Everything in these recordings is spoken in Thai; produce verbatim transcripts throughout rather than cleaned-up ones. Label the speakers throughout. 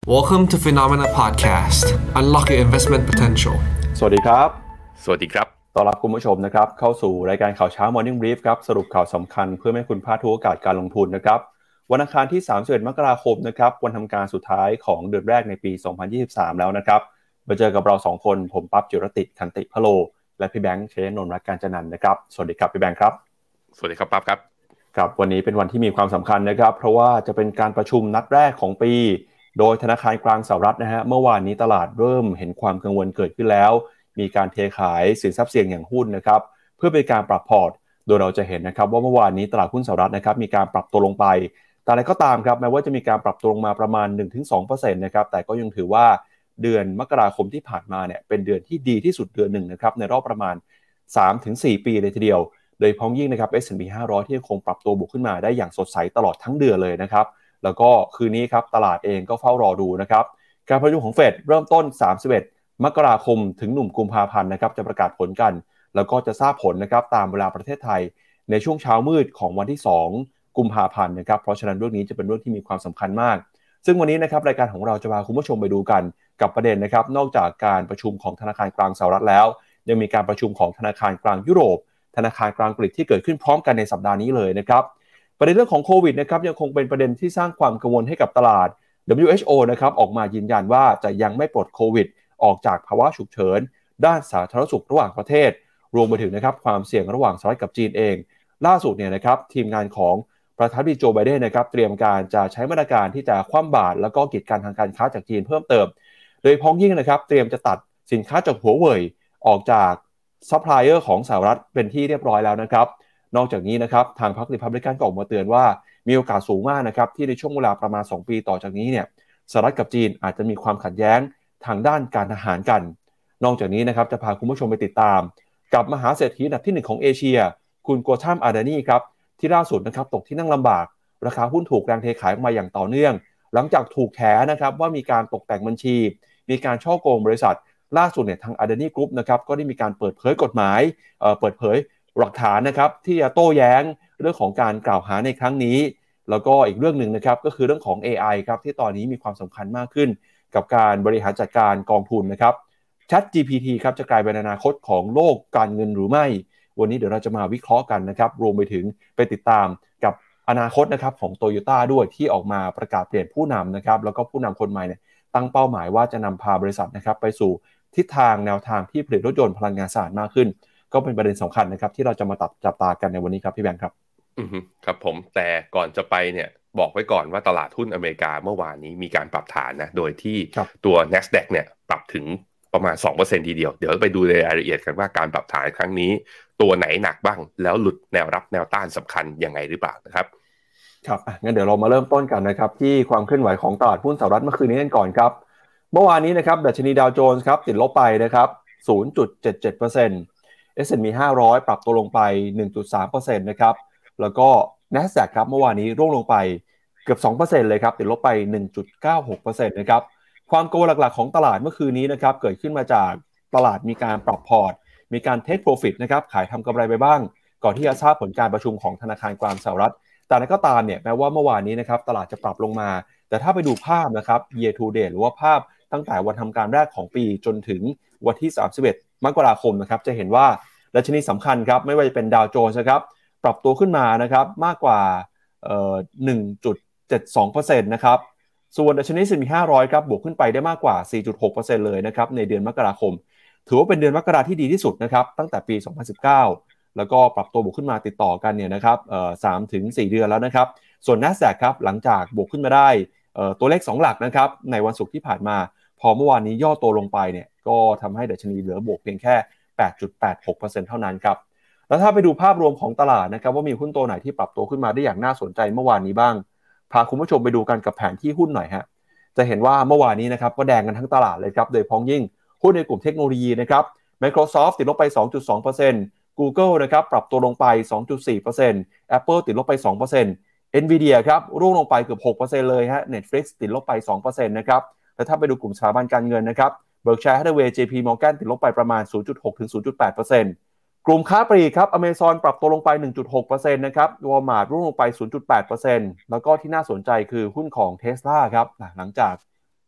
Speaker 1: Welcome to Phenomena Podcast. Unlock your investment potential.
Speaker 2: สวัสดีครับ
Speaker 3: สวัสดีครับ
Speaker 2: ต้อนรับคุณผู้ชมนะครับเข้าสู่รายการข่าวเช้า Morning Brief ครับสรุปข่าวสำคัญเพื่อให้คุณพลาดทุกโอกาสการลงทุนนะครับวันอังคารที่สามสิบเอ็ดมกราคมนะครับวันทำการสุดท้ายของเดือนแรกในปีสองพันยี่สิบสามแล้วนะครับมาเจอกับเราสองคนผมปั๊บจิรติขันติพโลและพี่แบงค์เชยนนท์รัตน์กาญจนันท์นะครับสวัสดีครับพี่แบงค์ครับ
Speaker 3: สวัสดีครับปั๊บครับ
Speaker 2: ครับวันนี้เป็นวันที่มีความสำคัญนะครับเพราะว่าจะเป็นการประชุมนัดแรกของปีโดยธนาคารกลางสหรัฐนะฮะเมื่อวานนี้ตลาดเริ่มเห็นความกังวลเกิดขึ้นแล้วมีการเทขายสินทรัพย์เสี่ยงอย่างหุ้นนะครับเพื่อเป็นการปรับพอร์ตโดยเราจะเห็นนะครับว่าเมื่อวานนี้ตลาดหุ้นสหรัฐนะครับมีการปรับตัวลงไปแต่อะไรก็ตามครับแม้ว่าจะมีการปรับตัวลงมาประมาณ หนึ่งถึงสองเปอร์เซ็นต์ นะครับแต่ก็ยังถือว่าเดือนมกราคมที่ผ่านมาเนี่ยเป็นเดือนที่ดีที่สุดเดือนหนึ่งนะครับในรอบประมาณ สามถึงสี่ ปีเลยทีเดียวโดยพ้องยิ่งนะครับ เอส แอนด์ พี ห้าร้อยที่ยังคงปรับตัวบวกขึ้นมาได้อย่างสดใสตลอดทั้งเดือนเลยนะครับแล้วก็คืนนี้ครับตลาดเองก็เฝ้ารอดูนะครับการประชุมของเฟดเริ่มต้นสามสิบเอ็ดมกราคมถึงหนึ่งกุมภาพันธ์นะครับจะประกาศผลกันแล้วก็จะทราบผลนะครับตามเวลาประเทศไทยในช่วงเช้ามืดของวันที่สองกุมภาพันธ์นะครับเพราะฉะนั้นเรื่องนี้จะเป็นเรื่องที่มีความสำคัญมากซึ่งวันนี้นะครับรายการของเราจะพาคุณผู้ชมไปดูกันกับประเด็นนะครับนอกจากการประชุมของธนาคารกลางสหรัฐแล้วยังมีการประชุมของธนาคารกลางยุโรปธนาคารกลางอังกฤษที่เกิดขึ้นพร้อมกันในสัปดาห์นี้เลยนะครับประเด็นเรื่องของโควิดนะครับยังคงเป็นประเด็นที่สร้างความกังวลให้กับตลาด ดับเบิลยู เอช โอ นะครับออกมายืนยันว่าจะยังไม่ปลดโควิดออกจากภาวะฉุกเฉินด้านสาธารณสุขระหว่างประเทศรวมไปถึงนะครับความเสี่ยงระหว่างสหรัฐกับจีนเองล่าสุดเนี่ยนะครับทีมงานของประธานาธิบดีโจไบเดนนะครับเตรียมการจะใช้มาตรการที่จะคว่ำบาตรแล้วก็กีดกันทางการค้าจากจีนเพิ่มเติมโดยพ้องยิ่งนะครับเตรียมจะตัดสินค้าจากหัวเว่ยออกจากซัพพลายเออร์ของสหรัฐเป็นที่เรียบร้อยแล้วนะครับนอกจากนี้นะครับทางพรรครีพับลิกันก็ออกมาเตือนว่ามีโอกาสสูงมากนะครับที่ในช่วงเวลาประมาณสองปีต่อจากนี้เนี่ยสหรัฐกับจีนอาจจะมีความขัดแย้งทางด้านการทหารกันนอกจากนี้นะครับจะพาคุณผู้ชมไปติดตามกับมหาเศรษฐีอันดับที่หนึ่งของเอเชียคุณโกทัมอาดานีครับที่ล่าสุดนะครับตกที่นั่งลำบากราคาหุ้นถูกแรงเทขายมาอย่างต่อเนื่องหลังจากถูกแฉนะครับว่ามีการตกแต่งบัญชีมีการฉ้อโกงบริษัทล่าสุดเนี่ยทางอาดานีกรุ๊ปนะครับก็ได้มีการเปิดเผยกฎหมายเอ่อเปิดเผยหลักฐานนะครับที่จะโต้แย้งเรื่องของการกล่าวหาในครั้งนี้แล้วก็อีกเรื่องหนึ่งนะครับก็คือเรื่องของ เอ ไอ ครับที่ตอนนี้มีความสำคัญมากขึ้นกับการบริหารจัดการกองทุนนะครับ Chat จี พี ที ครับจะกลายเป็นอนาคตของโลกการเงินหรือไม่วันนี้เดี๋ยวเราจะมาวิเคราะห์กันนะครับรวมไปถึงไปติดตามกับอนาคตนะครับของ Toyota ด้วยที่ออกมาประกาศเปลี่ยนผู้นำนะครับแล้วก็ผู้นำคนใหม่เนี่ยตั้งเป้าหมายว่าจะนำพาบริษัทนะครับไปสู่ทิศทางแนวทางที่ผลิตรถยนต์พลังงานสะอาดมากขึ้นก็เป็นประเด็นสำคัญนะครับที่เราจะมาตัดจับตากันในวันนี้ครับพี่แบงค์ครับ
Speaker 3: อือฮึครับผมแต่ก่อนจะไปเนี่ยบอกไว้ก่อนว่าตลาดหุ้นอเมริกาเมื่อวานนี้มีการปรับฐานนะโดยที่ตัว NASDAQ เนี่ยปรับถึงประมาณ สองเปอร์เซ็นต์ ทีเดียวเดี๋ยวไปดูรายละเอียดกันว่าการปรับฐานครั้งนี้ตัวไหนหนักบ้างแล้วหลุดแนวรับแนวต้านสำคัญยังไงหรือเปล่านะครับ
Speaker 2: ครับงั้นเดี๋ยวเรามาเริ่มต้นกันนะครับที่ความเคลื่อนไหวของตลาดหุ้นสหรัฐเมื่อคืนนี้กันก่อนครับเมื่อวานนี้นะครับดัชนีดาวโจนส์ครับติดลบไปนะครับ ศูนย์จุดเจ็ดเจ็ดเปอร์เซ็นต์ เอส แอนด์ พี ห้าร้อยปรับตัวลงไป หนึ่งจุดสามเปอร์เซ็นต์ นะครับแล้วก็ NASDAQ ครับเมื่อวานนี้ร่วงลงไปเกือบ สองเปอร์เซ็นต์ เลยครับติดลบไป หนึ่งจุดเก้าหกเปอร์เซ็นต์ นะครับความกังวลหลักๆของตลาดเมื่อคืนนี้นะครับเกิดขึ้นมาจากตลาดมีการปรับพอร์ตมีการเทคโปรฟิตนะครับขายทำกำไรไปบ้างก่อนที่จะทราบผลการประชุมของธนาคารกลางสหรัฐแต่นั้นก็ตามเนี่ยแม้ว่าเมื่อวานนี้นะครับตลาดจะปรับลงมาแต่ถ้าไปดูภาพนะครับ year to date หรือว่าภาพตั้งแต่วันทำการแรกของปีจนถึงวันที่สามสิบเอ็ดมกราคมนะครับจะเห็นว่าดัชนีสำคัญครับไม่ว่าจะเป็นดาวโจนส์นะครับปรับตัวขึ้นมานะครับมากกว่าเอ่อ หนึ่งจุดเจ็ดสองเปอร์เซ็นต์ นะครับส่วนดัชนี เอส แอนด์ พี ห้าร้อยครับบวกขึ้นไปได้มากกว่า สี่จุดหกเปอร์เซ็นต์ เลยนะครับในเดือนมกราคมถือว่าเป็นเดือนมกราที่ดีที่สุดนะครับตั้งแต่ปีสองพันสิบเก้าแล้วก็ปรับตัวบวกขึ้นมาติดต่อกันเนี่ยนะครับเอ่อ สามถึงสี่ เดือนแล้วนะครับส่วน NASDAQ ครับหลังจากบวกขึ้นมาได้เอ่อตัวเลขสองหลักนะครับในวันศุกร์ที่ผ่านมาพอเมื่อวานนี้ย่อตัวลงไปเนี่ยก็ทำให้ดัชนีเหลือบวกเพียงแค่ แปดจุดแปดหกเปอร์เซ็นต์ เท่านั้นครับแล้วถ้าไปดูภาพรวมของตลาดนะครับว่ามีหุ้นตัวไหนที่ปรับตัวขึ้นมาได้อย่างน่าสนใจเมื่อวานนี้บ้างพาคุณผู้ชมไปดูกันกับแผนที่หุ้นหน่อยฮะจะเห็นว่าเมื่อวานนี้นะครับก็แดงกันทั้งตลาดเลยครับโดยพ้องยิ่งหุ้นในกลุ่มเทคโนโลยีนะครับ Microsoft ติดลบไป สองจุดสองเปอร์เซ็นต์ Google นะครับปรับตัวลงไป สองจุดสี่เปอร์เซ็นต์ Apple ติดลบไป สองเปอร์เซ็นต์ Nvidia ครับร่วงลงไปเกือบ หกเปอร์เซ็นต์ เลยฮะ Netflix ติดลบไป สองเปอร์เซ็นต์ นะครับแล้วถ้าไปดูกลุ่มสถาบันการเงินนะครับ Berkshire Hathaway เจ พี Morgan ติดลบไปประมาณ ศูนย์จุดหก ถึง ศูนย์จุดแปดเปอร์เซ็นต์ กลุ่มค้าปลีกครับ Amazon ปรับตัวลงไป หนึ่งจุดหกเปอร์เซ็นต์ นะครับ Walmart ร่วงลงไป ศูนย์จุดแปดเปอร์เซ็นต์ แล้วก็ที่น่าสนใจคือหุ้นของ Tesla ครับหลังจาก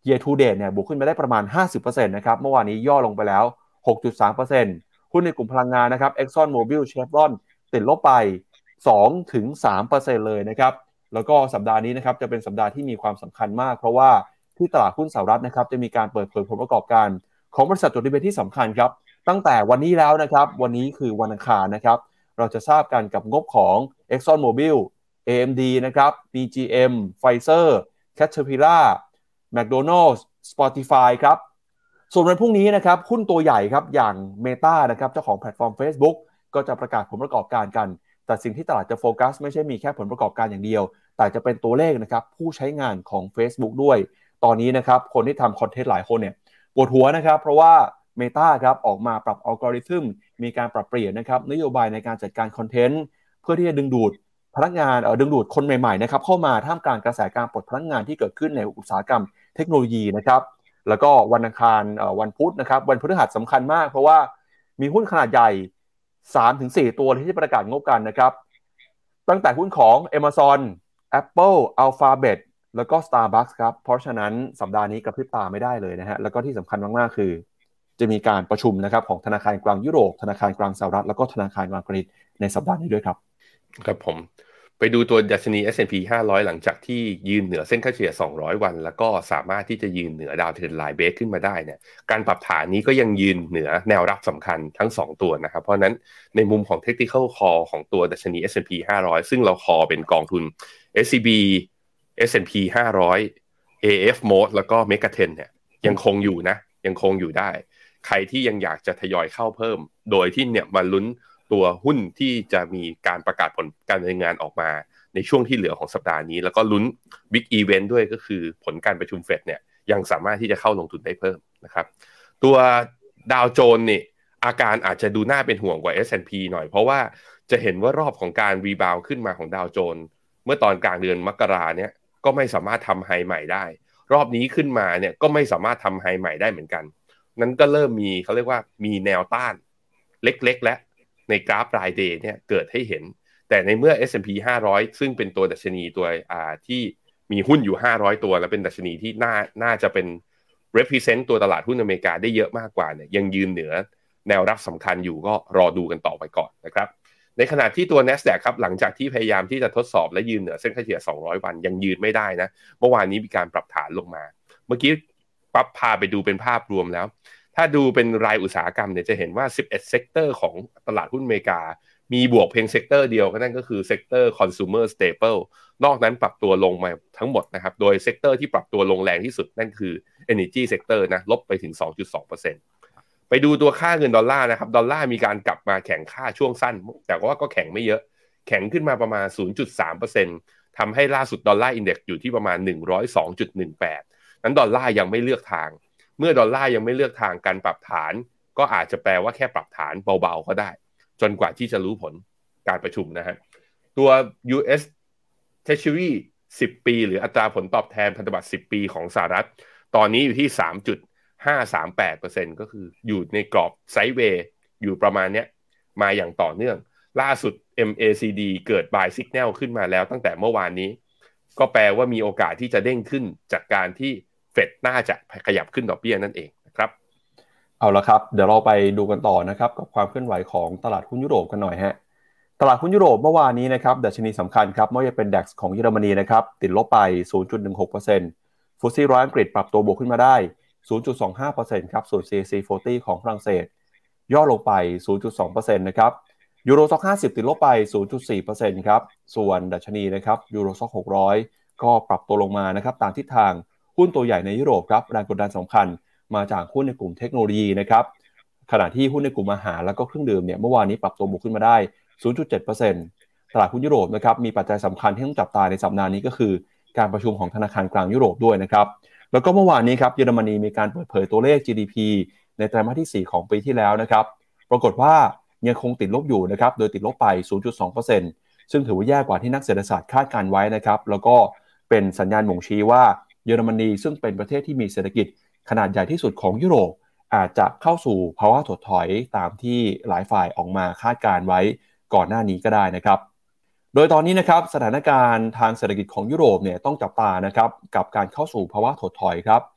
Speaker 2: year to date เนี่ยบวกขึ้นมาได้ประมาณ ห้าสิบเปอร์เซ็นต์ นะครับเมื่อวานนี้ย่อลงไปแล้ว หกจุดสามเปอร์เซ็นต์ หุ้นในกลุ่มพลังงานนะครับ Exxon Mobil Chevron ติดลบไป สองถึงสามเปอร์เซ็นต์ เลยนะครับแล้วก็สัปดาห์นี้นะครับจะเป็นสัปดาห์ที่มีความสำคัญมากเพราะว่าที่ตลาดหุ้นสหรัฐนะครับจะมีการเปิดเผยผลประกอบการของบริษัทจดทะเบียนที่สำคัญครับตั้งแต่วันนี้แล้วนะครับวันนี้คือวันอังคารนะครับเราจะทราบกันกับงบของ Exxon Mobil เอ เอ็ม ดี นะครับ บี จี เอ็ม Pfizer Caterpillar McDonald's Spotify ครับส่วนวันพรุ่งนี้นะครับหุ้นตัวใหญ่ครับอย่าง Meta นะครับเจ้าของแพลตฟอร์ม Facebook ก็จะประกาศผลประกอบการกันแต่สิ่งที่ตลาดจะโฟกัสไม่ใช่มีแค่ผลประกอบการอย่างเดียวแต่จะเป็นตัวเลขนะครับผู้ใช้งานของ Facebook ด้วยตอนนี้นะครับคนที่ทำคอนเทนต์หลายคนเนี่ยปวดหัวนะครับเพราะว่า Meta ครับออกมาปรับอัลกอริทึมมีการปรับเปลี่ยนนะครับนโยบายในการจัดการคอนเทนต์เพื่อที่จะดึงดูดพนักงานเอ่อดึงดูดคนใหม่ๆนะครับเข้ามาท่ามกลางกระแสการปลดพนักงานที่เกิดขึ้นในอุตสาหกรรมเทคโนโลยีนะครับแล้วก็วันอังคารเอ่อวันพุธนะครับวันพฤหัสสำคัญมากเพราะว่ามีหุ้นขนาดใหญ่ สามถึงสี่ ตัวที่จะประกาศงบกันนะครับตั้งแต่หุ้นของ Amazon Apple Alphabet แล้วก็ Starbucks ครับเพราะฉะนั้นสัปดาห์นี้กระพริบตาไม่ได้เลยนะฮะแล้วก็ที่สำคัญมากๆคือจะมีการประชุมนะครับของธนาคารกลางยุโรปธนาคารกลางสหรัฐแล้วก็ธนาคารกลางอังกฤษในสัปดาห์นี้ด้วยครับ
Speaker 3: ครับผมไปดูตัวดัชนี เอส แอนด์ พี ห้าร้อยหลังจากที่ยืนเหนือเส้นค่าเฉลี่ยสองร้อยวันแล้วก็สามารถที่จะยืนเหนือดาวเทรนไลน์เบสขึ้นมาได้เนี่ยการปรับฐานนี้ก็ยังยืนเหนือแนวรับสำคัญทั้งสองตัวนะครับเพราะนั้นในมุมของ Technical Call ของตัวดัชนี เอส แอนด์ พี ห้าร้อยซึ่งเราคอเป็นกองทุน เอส ซี บี เอส แอนด์ พี ห้าร้อย เอ เอฟ Mode แล้วก็ Mega สิบเนี่ยยังคงอยู่นะยังคงอยู่ได้ใครที่ยังอยากจะทยอยเข้าเพิ่มโดยที่เนี่ยมาลุ้นตัวหุ้นที่จะมีการประกาศผลการดำเนินงานออกมาในช่วงที่เหลือของสัปดาห์นี้แล้วก็ลุ้น Big Event ด้วยก็คือผลการประชุมเฟดเนี่ยยังสามารถที่จะเข้าลงทุนได้เพิ่มนะครับตัวดาวโจนส์เนี่ยอาการอาจจะดูน่าเป็นห่วงกว่า เอส แอนด์ พี หน่อยเพราะว่าจะเห็นว่ารอบของการรีบาวขึ้นมาของดาวโจนส์เมื่อตอนกลางเดือนมกราเนี่ยก็ไม่สามารถทำไฮใหม่ได้รอบนี้ขึ้นมาเนี่ยก็ไม่สามารถทำไฮใหม่ได้เหมือนกันนั้นก็เริ่มมีเขาเรียกว่ามีแนวต้านเล็กๆและในกราฟรายเดย์เนี่ยเกิดให้เห็นแต่ในเมื่อ เอส แอนด์ พี ห้าร้อยซึ่งเป็นตัวดัชนีตัวอ่าที่มีหุ้นอยู่ห้าร้อยตัวและเป็นดัชนีที่น่าน่าจะเป็น represent ตัวตลาดหุ้นอเมริกาได้เยอะมากกว่าเนี่ยยังยืนเหนือแนวรับสำคัญอยู่ก็รอดูกันต่อไปก่อนนะครับในขณะที่ตัว NASDAQ ครับหลังจากที่พยายามที่จะทดสอบและยืนเหนือเส้นค่าเฉลี่ยสองร้อยวันยังยืนไม่ได้นะเมื่อวานนี้มีการปรับฐานลงมาเมื่อกี้ปั๊บพาไปดูเป็นภาพรวมแล้วถ้าดูเป็นรายอุตสาหกรรมเนี่ยจะเห็นว่าสิบเอ็ดเซกเตอร์ของตลาดหุ้นอเมริกามีบวกเพียงเซกเตอร์เดียวก็นั่นก็คือเซกเตอร์ consumer staple นอกนั้นปรับตัวลงมาทั้งหมดนะครับโดยเซกเตอร์ที่ปรับตัวลงแรงที่สุดนั่นคือ energy sector นะลบไปถึง สองจุดสองเปอร์เซ็นต์ ไปดูตัวค่าเงินดอลลาร์นะครับดอลลาร์มีการกลับมาแข็งค่าช่วงสั้นแต่ว่าก็แข็งไม่เยอะแข็งขึ้นมาประมาณ ศูนย์จุดสามเปอร์เซ็นต์ ทำให้ล่าสุดดอลลาร์อินเด็กซ์อยู่ที่ประมาณ หนึ่งร้อยสองจุดหนึ่งแปด นั้นดอลลาร์ยังไม่เลือกทางเมื่อดอลลาร์ยังไม่เลือกทางการปรับฐานก็อาจจะแปลว่าแค่ปรับฐานเบาๆก็ได้จนกว่าที่จะรู้ผลการประชุมนะฮะตัว ยู เอส Treasury สิบปีหรืออัตราผลตอบแทนพันธบัตรสิบปีของสหรัฐตอนนี้อยู่ที่ สามจุดห้าสามแปดเปอร์เซ็นต์ ก็คืออยู่ในกรอบไซด์เวย์อยู่ประมาณเนี้ยมาอย่างต่อเนื่องล่าสุด เอ็ม เอ ซี ดี เกิด buy signal ขึ้นมาแล้วตั้งแต่เมื่อวานนี้ก็แปลว่ามีโอกาสที่จะเด้งขึ้นจากการที่เฟดน่าจะขยับขึ้นดอกเบี้ยนั่นเองนะครับ
Speaker 2: เอาละครับเดี๋ยวเราไปดูกันต่อนะครับกับความเคลื่อนไหวของตลาดหุ้นยุโรปกันหน่อยฮะตลาดหุ้นยุโรปเมื่อวานนี้นะครับดัชนีสำคัญครับไม่ว่าจะเป็น ดัค ของเยอรมนีนะครับติดลบไป ศูนย์จุดหนึ่งหกเปอร์เซ็นต์ ฟุตซี่ร้อยอังกฤษปรับตัวบวกขึ้นมาได้ ศูนย์จุดสองห้าเปอร์เซ็นต์ ครับส่วน ซี เอ ซี สี่สิบของฝรั่งเศสย่อลงไป ศูนย์จุดสองเปอร์เซ็นต์ นะครับยูโรซ็อก ห้าสิบติดลบไป ศูนย์จุดสี่เปอร์เซ็นต์ ครับส่วนดัชนีนะครับยูโรซ็อกหกร้อยก็ปรับตัวลงมานะครับตามทิศทางหุ้นตัวใหญ่ในยุโรปครับแรงกดดันสำคัญมาจากหุ้นในกลุ่มเทคโนโลยีนะครับขณะที่หุ้นในกลุ่มอาหารแล้วก็เครื่องดื่มเนี่ยเมื่อวานนี้ปรับตัวบวกขึ้นมาได้ ศูนย์จุดเจ็ดเปอร์เซ็นต์ ตลาดหุ้นยุโรปนะครับมีปัจจัยสำคัญที่ต้องจับตาในสัปดาห์นี้ก็คือการประชุมของธนาคารกลางยุโรปด้วยนะครับแล้วก็เมื่อวานนี้ครับเยอรมนีมีการเปิดเผยตัวเลข จี ดี พี ในไตรมาสที่สี่ของปีที่แล้วนะครับปรากฏว่ายังคงติดลบอยู่นะครับโดยติดลบไป ศูนย์จุดสองเปอร์เซ็นต์ ซึ่งถือว่าแย่กว่าที่นักเศรษฐศาสตร์คาดการไว้นะครับแล้วก็เป็นสัญญาณบ่งชี้ว่าเยอรมนีซึ่งเป็นประเทศที่มีเศรษฐกิจขนาดใหญ่ที่สุดของยุโรปอาจจะเข้าสู่ภาวะถดถอยตามที่หลายฝ่ายออกมาคาดการไว้ก่อนหน้านี้ก็ได้นะครับโดยตอนนี้นะครับสถานการณ์ทางเศรษฐกิจของยุโรปเนี่ยต้องจับตานะครับกับการเข้าสู่ภาวะถดถอยครับ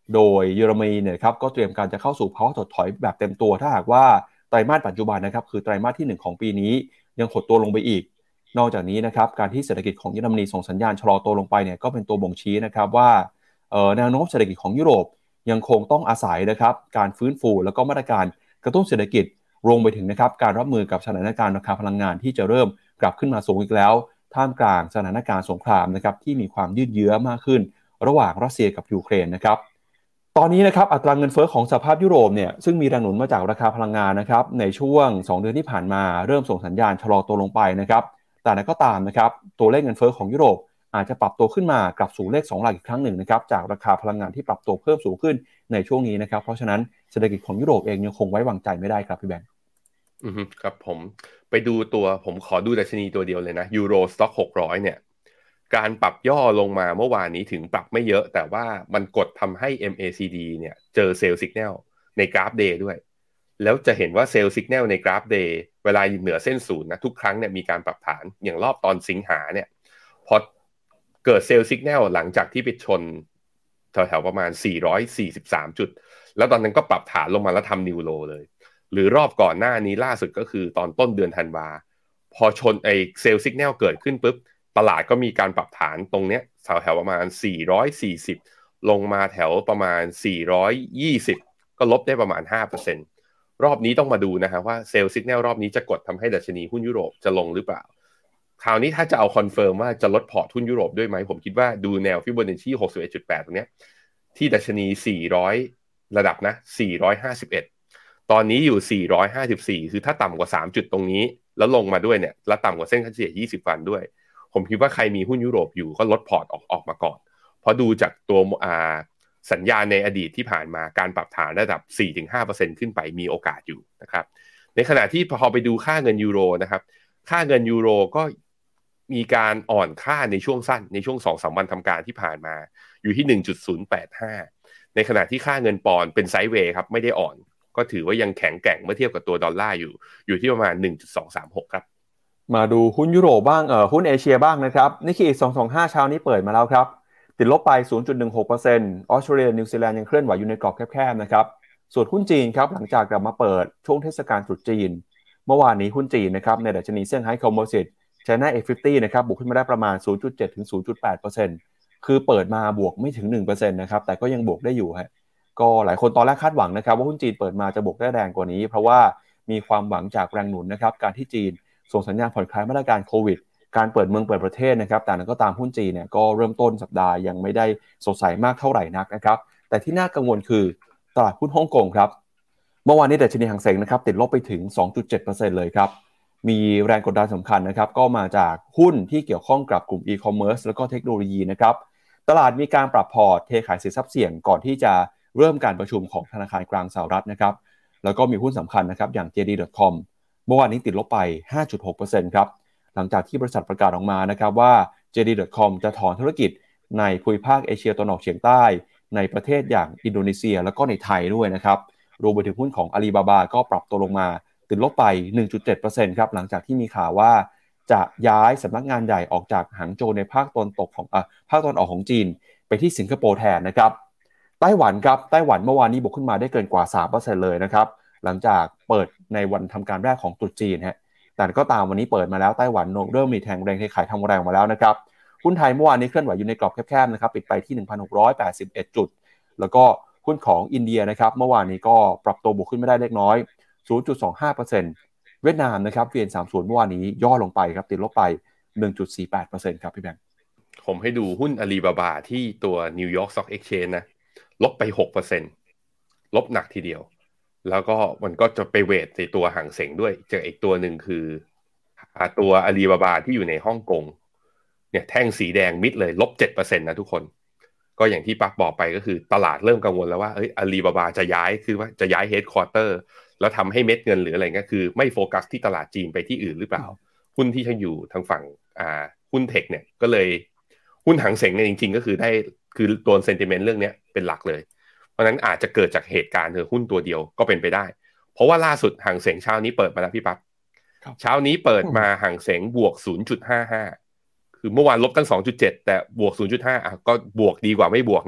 Speaker 2: โดยเยอรมนีเนี่ยครับก็เตรียมการจะเข้าสู่ภาวะถดถอยแบบเต็มตัวถ้าหากว่าไตรมาสปัจจุบันนะครับคือไตรมาสที่หนึ่งของปีนี้ยังหดตัวลงไปอีกนอกจากนี้นะครับการที่เศรษฐกิจของเยอรมนีส่งสัญญาณชะลอตัวลงไปเนี่ยก็เป็นตัวบ่งชี้นะครับว่าแนวโน้มเศรษฐกิจของยุโรปยังคงต้องอาศัยนะครับการฟื้นฟูแล้วก็มาตรการกระตุ้นเศรษฐกิจรวมไปถึงนะครับการรับมือกับสถานการณ์ราคาพลังงานที่จะเริ่มกลับขึ้นมาสูงอีกแล้วท่ามกลางสถานการณ์สงครามนะครับที่มีความยืดเยื้อมากขึ้นระหว่างรัสเซียกับยูเครนนะครับตอนนี้นะครับอัตราเงินเฟ้อของสหภาพยุโรปเนี่ยซึ่งมีแรงหนุนมาจากราคาพลังงานนะครับในช่วงสองเดือนที่ผ่านมาเริ่มส่งสัญญาณชะลอตัวลงไปนะครับแต่นั้นก็ตามนะครับตัวเลขเงินเฟ้อของยุโรปอาจจะปรับตัวขึ้นมากลับสู่เลขสองหลักอีกครั้งหนึ่งนะครับจากราคาพลังงานที่ปรับตัวเพิ่มสูงขึ้นในช่วงนี้นะครับเพราะฉะนั้นเศรษฐกิจของยุโรปเองยังคงไว้วางใจไม่ได้ครับพี่แบงค์
Speaker 3: อือครับผมไปดูตัวผมขอดูดัชนีตัวเดียวเลยนะยูโรสต็อกหกร้อยเนี่ยการปรับย่อลงมาเมื่อวานนี้ถึงปรับไม่เยอะแต่ว่ามันกดทำให้ เอ็ม เอ ซี ดี เนี่ยเจอเซลล์สัญญาณในกราฟเดย์ด้วยแล้วจะเห็นว่าเซลล์สัญญาณในกราฟเดย์เวลาเหนือเส้นศูนย์นะทุกครั้งเนี่ยมีการปรับฐานอย่างรอบตอนสิงหาเนี่ยพอเกิดเซลล์สัญญาณหลังจากที่ไปชนแถวๆประมาณสี่ร้อยสี่สิบสามจุดแล้วตอนนั้นก็ปรับฐานลงมาแล้วทำนิวโลเลยหรือรอบก่อนหน้านี้ล่าสุดก็คือตอนต้นเดือนธันวาพอชนไอเซลล์สัญญาณเกิดขึ้นปุ๊บตลาดก็มีการปรับฐานตรงเนี้ยแถวๆประมาณสี่ร้อยสี่สิบลงมาแถวประมาณสี่ร้อยยี่สิบก็ลบได้ประมาณ ห้าเปอร์เซ็นต์ รอบนี้ต้องมาดูนะฮะว่าเซลล์สัญญาณรอบนี้จะกดทำให้ดัชนีหุ้นยุโรปจะลงหรือเปล่าคราวนี้ถ้าจะเอาคอนเฟิร์มว่าจะลดพอร์ตหุ้นยุโรปด้วยไหมผมคิดว่าดูแนวฟิโบนัชชี หกสิบเอ็ดจุดแปด ตรงเนี้ยที่ดัชนีสี่ร้อยระดับนะสี่ร้อยห้าสิบเอ็ดตอนนี้อยู่สี่ร้อยห้าสิบสี่คือถ้าต่ำกว่าสามจุดตรงนี้แล้วลงมาด้วยเนี่ยแล้วต่ำกว่าเส้นค่าเฉลี่ยยี่สิบวันด้วยผมคิดว่าใครมีหุ้นยุโรปอยู่ก็ลดพอร์ตออกออกมาก่อนเพราะดูจากตัวอ่าสัญญาณในอดีตที่ผ่านมาการปรับฐานระดับ สี่ถึงห้าเปอร์เซ็นต์ ขึ้นไปมีโอกาสอยู่นะครับในขณะที่พอไปดูค่าเงินยูโรนะครับค่าเงินยูโรก็มีการอ่อนค่าในช่วงสั้นในช่วง สองถึงสาม วันทำการที่ผ่านมาอยู่ที่ หนึ่งจุดศูนย์แปดห้า ในขณะที่ค่าเงินปอนด์เป็นไซด์เวย์ครับไม่ได้อ่อนก็ถือว่ายังแข็งแกร่งเมื่อเทียบกับตัวดอลลาร์อยู่อยู่ที่ประมาณ หนึ่งจุดสองสามหก ครับ
Speaker 2: มาดูหุ้นยุโรปบ้างเอ่อหุ้นเอเชียบ้างนะครับนิกเกิลสองสองห้าเช้านี้เปิดมาแล้วครับติดลบไป ศูนย์จุดหนึ่งหกเปอร์เซ็นต์ ออสเตรเลียนิวซีแลนด์ยังเคลื่อนไหวอยู่ในกรอบแคบๆนะครับส่วนหุ้นจีนครับหลังจากกลับมาเปิดช่วงเทศกาลตรุษจีนเมื่อวานนี้หุ้นจีนนะครับในดัชนีเซี่ยงไฮ้คอมโพสิต China เอ ห้าสิบ นะครับบวกขึ้นมาได้ประมาณ ศูนย์จุดเจ็ด ถึง ศูนย์จุดแปดเปอร์เซ็นต์ คือเปิดมาบวกไม่ถึง หนึ่งเปอร์เซ็นต์ นะครับแต่ก็ยังบวกได้อยู่ฮะก็หลายคนตอนแรกคาดหวังนะครับว่าหุ้นจีนเปิดมาจะบวกได้แรงกว่านี้เพราะว่ามีความหวังจากแรงหนุนนะครับการที่จีนส่งสัญญาณผ่อนคลายมาตรการโควิดการเปิดเมืองเปิดประเทศนะครับแต่นั้นก็ตามหุ้นจีนเนี่ยก็เริ่มต้นสัปดาห์ยังไม่ได้สดใสมากเท่าไหร่นักนะครับแต่ที่น่ากังวลคือตลาดหุ้นฮ่องกงครับเมื่อวานนี้ดัชนีหางเส็งนะครับติดลบไปถึง สองจุดเจ็ดเปอร์เซ็นต์ เลยครับมีแรงกดดันสำคัญนะครับก็มาจากหุ้นที่เกี่ยวข้องกับกลุ่มอีคอมเมิร์ซแล้วก็เทคโนโลยีนะครับตลาดมีการปรับพอร์ตเทขายสินทรัพย์เสี่ยงก่อนที่จะเริ่มการประชุมของธนาคารกลางสหรัฐนะครับแล้วก็มีหุ้นสำคัญนะครับอย่าง เจ ดี ดอท คอม เมื่อวานนี้ติดลบไป ห้าจุดหกเปอร์เซ็นต์ ครับหลังจากที่บริษัทประกาศออกมานะครับว่า เจ ดี ดอท คอม จะถอนธุรกิจในภูมิภาคเอเชียตะวันออกเฉียงใต้ในประเทศอย่างอินโดนีเซียแล้วก็ในไทยด้วยนะครับรวมไปถึงหุ้นของ Alibaba ก็ปรับตัวลงมาติดลบไป หนึ่งจุดเจ็ดเปอร์เซ็นต์ ครับหลังจากที่มีข่าวว่าจะย้ายสำนักงานใหญ่ออกจากหางโจวในภาคตะวันตกของอ่ะภาคตะวันออกของจีนไปที่สิงคโปร์แทนนะครับไต้หวันครับไต้หวันเมื่อวานนี้บวกขึ้นมาได้เกินกว่า สามเปอร์เซ็นต์ เลยนะครับหลังจากเปิดในวันทำการแรกของตรุษจีนฮะแต่ก็ตามวันนี้เปิดมาแล้วไต้หวันเริ่มมีแทงแรงเทขายทำแรงมาแล้วนะครับหุ้นไทยเมื่อวานนี้เคลื่อนไหวอยู่ในกรอบแคบๆนะครับปิดไปที่ หนึ่งพันหกร้อยแปดสิบเอ็ด จุดแล้วก็หุ้นของอินเดียนะครับเมื่อวานนี้ก็ปรับตัวบวกขึ้นไม่ได้เล็กน้อย ศูนย์จุดสองห้าเปอร์เซ็นต์ เวียดนามนะครับ วี เอ็น สามสิบ เมื่อวานนี้ย่อลงไปครับติดลบไป หนึ่งจุดสี่แปดเปอร์เซ็นต์ ครับพี่แบงค์
Speaker 3: ผมให้ดูหุ้น Alibaba ที่ตัว New York Stock Exchange นะลบไป หกเปอร์เซ็นต์ ลบหนักทีเดียวแล้วก็มันก็จะไปเวทในตัวหางเส็งด้วยเจออีกตัวหนึ่งคือตัว Alibaba ที่อยู่ในฮ่องกงเนี่ยแท่งสีแดงมิดเลยลบ เจ็ดเปอร์เซ็นต์ นะทุกคนก็อย่างที่ปักบอกไปก็คือตลาดเริ่มกังวลแล้วว่าเอ้ย Alibaba จะย้ายคือว่าจะย้าย Headquarter แล้วทำให้เม็ดเงินหรืออะไรก็คือไม่โฟกัสที่ตลาดจีนไปที่อื่นหรือเปล่าหุ้นที่ยังอยู่ทางฝั่งอ่าหุ้นเทคเนี่ยก็เลยหุ้นหางเส็งเนี่ยจริงๆก็คือได้คือตัวเซนติเมนต์เรื่องนี้เป็นหลักเลยเพราะนั้นอาจจะเกิดจากเหตุการณ์คือหุ้นตัวเดียวก็เป็นไปได้เพราะว่าล่าสุดหางเส็งเช้านี้เปิดมาแล้วพี่ปั๊บเช้านี้เปิดมาหางเส็งบวก ศูนย์จุดห้าห้า คือเมื่อวานลบตั้ง สองจุดเจ็ด แต่บวก ศูนย์จุดห้า อ่ะก็บวกดีกว่าไม่บวกนะ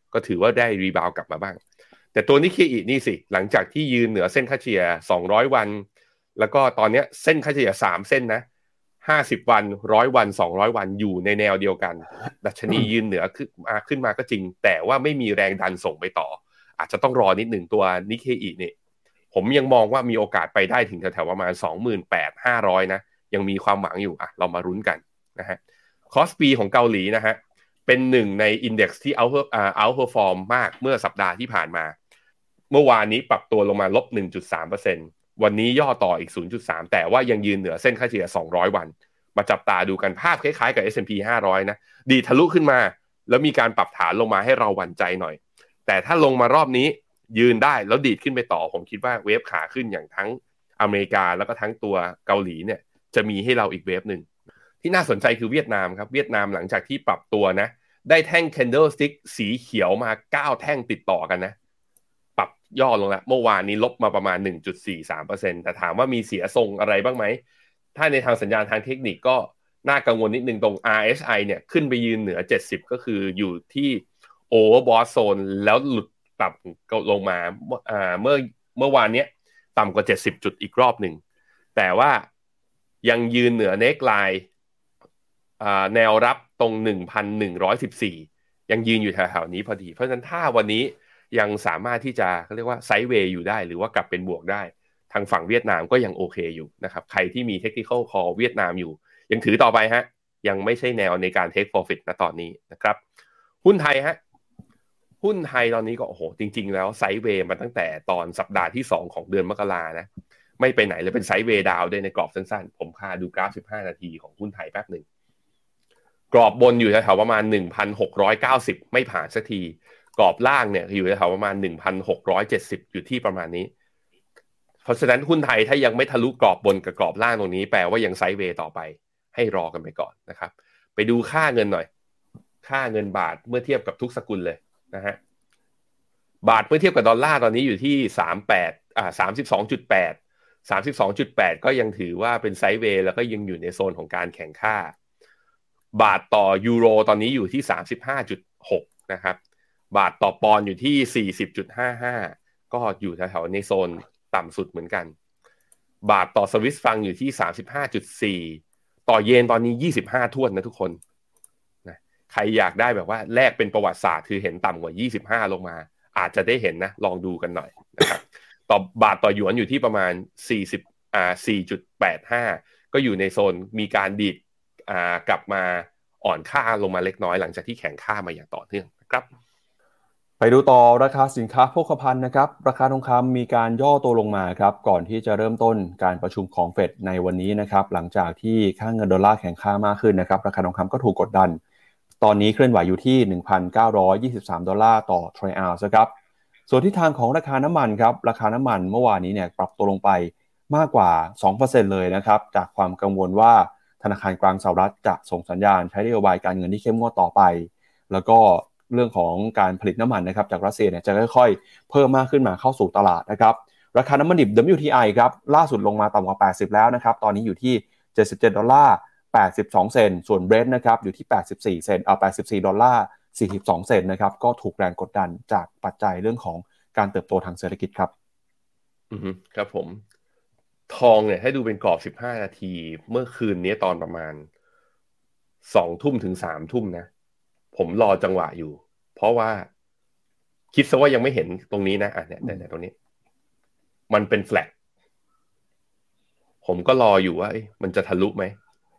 Speaker 3: ก็ถือว่าได้รีบาวกลับมาบ้างแต่ตัวนิเคอินี่สิหลังจากที่ยืนเหนือเส้นค่าเฉลี่ยสองร้อยวันแล้วก็ตอนนี้เส้นค่าเฉลี่ยสามเส้นนะห้าสิบวันหนึ่งร้อยวันสองร้อยวันอยู่ในแนวเดียวกันดัชนียืนเหนือขึ้นมาขึ้นมาก็จริงแต่ว่าไม่มีแรงดันส่งไปต่ออาจจะต้องรอนิดหนึ่งตัวนิเคอินี่ผมยังมองว่ามีโอกาสไปได้ถึงแถวๆประมาณ สองหมื่นแปดพันห้าร้อย นะยังมีความหวังอยู่อ่ะเรามาลุ้นกันนะฮะคอสปีของเกาหลีนะฮะเป็นหนึ่งในอินเด็กซ์ที่เอาอ่าเอาเพอร์ฟอร์มมากเมื่อสัปดาห์ที่ผ่านมาเมื่อวานนี้ปรับตัวลงมา ลบหนึ่งจุดสามเปอร์เซ็นต์ วันนี้ย่อต่ออีก ศูนย์จุดสาม แต่ว่ายังยืนเหนือเส้นค่าเฉลี่ยสองร้อยวันมาจับตาดูกันภาพคล้ายๆกับ เอส แอนด์ พี ห้าร้อยนะดีทะลุขึ้นมาแล้วมีการปรับฐานลงมาให้เราหวั่นใจหน่อยแต่ถ้าลงมารอบนี้ยืนได้แล้วดีดขึ้นไปต่อผมคิดว่าเวฟขาขึ้นอย่างทั้งอเมริกาแล้วก็ทั้งตัวเกาหลีเนี่ยจะมีให้เราอีกเวฟหนึ่งที่น่าสนใจคือเวียดนามครับเวียดนามหลังจากที่ปรับตัวนะได้แท่ง candlestick สีเขียวมาเก้าแท่งติดต่อกันนะปรับย่อลงแล้วเมื่อวานนี้ลบมาประมาณ หนึ่งจุดสี่สามเปอร์เซ็นต์ แต่ถามว่ามีเสียทรงอะไรบ้างไหมถ้าในทางสัญญาณทางเทคนิคก็น่ากังวลนิดนึงตรง อาร์ เอส ไอ เนี่ยขึ้นไปยืนเหนือเจ็ดสิบก็คืออยู่ที่ overbought zone แล้วหลุดต่ำลงมาอ่าเมื่อเมื่อวานนี้ต่ำกว่าเจ็ดสิบจุดอีกรอบหนึ่งแต่ว่ายังยืนเหนือ neckline อ่าแนวรับตรง หนึ่งพันหนึ่งร้อยสิบสี่ ยังยืนอยู่แถวๆนี้พอดีเพราะฉะนั้นถ้าวันนี้ยังสามารถที่จะเรียกว่าไซด์เวย์อยู่ได้หรือว่ากลับเป็นบวกได้ทางฝั่งเวียดนามก็ยังโอเคอยู่นะครับใครที่มี technical call เวียดนามอยู่ยังถือต่อไปฮะยังไม่ใช่แนวในการ take profit ณตอนนี้นะครับหุ้นไทยฮะหุ้นไทยตอนนี้ก็โอ้โหจริงๆแล้วไซด์เวย์มาตั้งแต่ตอนสัปดาห์ที่สองของเดือนมกรานะไม่ไปไหนเลยเป็นไซด์เวย์ดาวด้วยในกรอบสั้นๆผมพาดูกราฟสิบห้านาทีของหุ้นไทยแป๊บนึงกรอบบนอยู่แถวๆประมาณ หนึ่งพันหกร้อยเก้าสิบ ไม่ผ่านสักทีกรอบล่างเนี่ยอยู่แถวๆประมาณ หนึ่งพันหกร้อยเจ็ดสิบ อยู่ที่ประมาณนี้เพราะฉะนั้นหุ้นไทยถ้ายังไม่ทะลุกรอบบนกับกรอบล่างตรงนี้แปลว่ายังไซด์เวย์ต่อไปให้รอกันไปก่อนนะครับไปดูค่าเงินหน่อยค่าเงินบาทเมื่อเทียบกับทุกสกุลเลยนะฮะบาทเมื่อเทียบกับดอลลาร์ตอนนี้อยู่ที่สามสิบแปดอ่า สามสิบสองจุดแปด สามสิบสองจุดแปด ก็ยังถือว่าเป็นไซด์เวย์แล้วก็ยังอยู่ในโซนของการแข่งค่าบาทต่อยูโรตอนนี้อยู่ที่ สามสิบห้าจุดหก นะครับบาทต่อปอนด์อยู่ที่ สี่สิบจุดห้าห้า ก็อยู่แถวๆในโซนต่ำสุดเหมือนกันบาทต่อสวิสฟรังอยู่ที่ สามสิบห้าจุดสี่ ต่อเยนตอนนี้ยี่สิบห้าถ้วนนะทุกคนนะใครอยากได้แบบว่าแลกเป็นประวัติศาสตร์คือเห็นต่ำกว่ายี่สิบห้าลงมาอาจจะได้เห็นนะลองดูกันหน่อยนะครับต่อบาทต่อหยวนอยู่ที่ประมาณสี่สิบอ่า สี่จุดแปดห้า ก็อยู่ในโซนมีการดีดอ่ากลับมาอ่อนค่าลงมาเล็กน้อยหลังจากที่แข็งค่ามาอย่างต่อเนื่องนะครับ
Speaker 2: ไปดูต่อราคาสินค้าโภคภัณฑ์นะครับราคาทองคำมีการย่อตัวลงมาครับก่อนที่จะเริ่มต้นการประชุมของเฟดในวันนี้นะครับหลังจากที่ค่าเงินดอลลาร์แข็งค่ามากขึ้นนะครับราคาทองคำก็ถูกกดดันตอนนี้เคลื่อนไหวอยู่ที่ หนึ่งพันเก้าร้อยยี่สิบสามดอลลาร์ต่อทรอยออนซ์ครับส่วนทิศทางของราคาน้ำมันครับราคาน้ำมันเมื่อวานนี้เนี่ยปรับตัวลงไปมากกว่า สองเปอร์เซ็นต์ เลยนะครับจากความกังวลว่าธนาคารกลางสหรัฐจะส่งสัญญาณใช้นโยบายการเงินที่เข้มงวดต่อไปแล้วก็เรื่องของการผลิตน้ำมันนะครับจากรัสเซียเนี่ยจะค่อยๆเพิ่มมากขึ้นมาเข้าสู่ตลาดนะครับราคาน้ำมันดิบ ดับเบิลยู ที ไอ ครับล่าสุดลงมาต่ำกว่าแปดสิบแล้วนะครับตอนนี้อยู่ที่เจ็ดสิบเจ็ดดอลลาร์แปดสิบสองเซนต์ส่วน Brent นะครับอยู่ที่แปดสิบสี่เซนต์เอาแปดสิบสี่ดอลลาร์สี่สิบสองเซนต์นะครับก็ถูกแรงกดดันจากปัจจัยเรื่องของการเติบโตทางเศรษฐกิจครับ
Speaker 3: อือครับผมทองเนี่ยให้ดูเป็นกรอบสิบห้านาทีเมื่อคืนนี้ตอนประมาณสองทุ่มถึงสามทุ่มนะผมรอจังหวะอยู่เพราะว่าคิดซะว่ายังไม่เห็นตรงนี้นะอ่ะเนี่ยเนี่ยตรงนี้มันเป็นแฟลตผมก็รออยู่ว่ามันจะทะลุไหม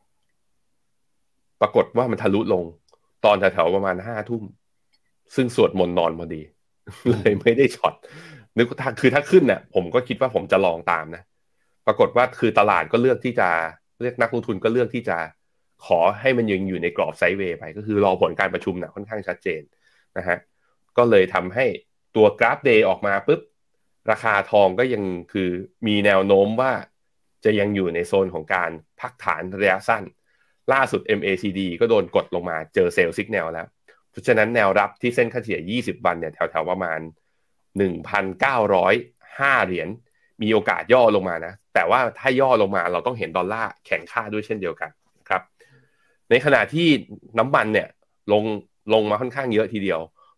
Speaker 3: ปรากฏว่ามันทะลุลงตอนแถวๆประมาณห้าทุ่มซึ่งสวดมนต์นอนพอดีเลยไม่ได้ช็อตนึกถ้าคือถ้าขึ้นเนี่ยผมก็คิดว่าผมจะลองตามนะปรากฏว่าคือตลาดก็เลือกที่จะเลือกนักลงทุนก็เลือกที่จะขอให้มันยังอยู่ในกรอบไซด์เวย์ไปก็คือรอผลการประชุมนะค่อนข้างชัดเจนนะฮะก็เลยทำให้ตัวกราฟเดย์ออกมาปุ๊บราคาทองก็ยังคือมีแนวโน้มว่าจะยังอยู่ในโซนของการพักฐานระยะสั้นล่าสุด เอ็ม เอ ซี ดี ก็โดนกดลงมาเจอเซลล์ซิกแนลแล้วเพราะฉะนั้นแนวรับที่เส้นค่าเฉลี่ยยี่สิบวันเนี่ยแถวๆประมาณ หนึ่งพันเก้าร้อยห้า เหรียญมีโอกาสย่อลงมานะแต่ว่าถ้าย่อลงมาเราต้องเห็นดอลลาร์แข็งค่าด้วยเช่นเดียวกันครับในขณะที่น้ำมันเนี่ยลงลงมาค่อนข้างเยอะทีเดียว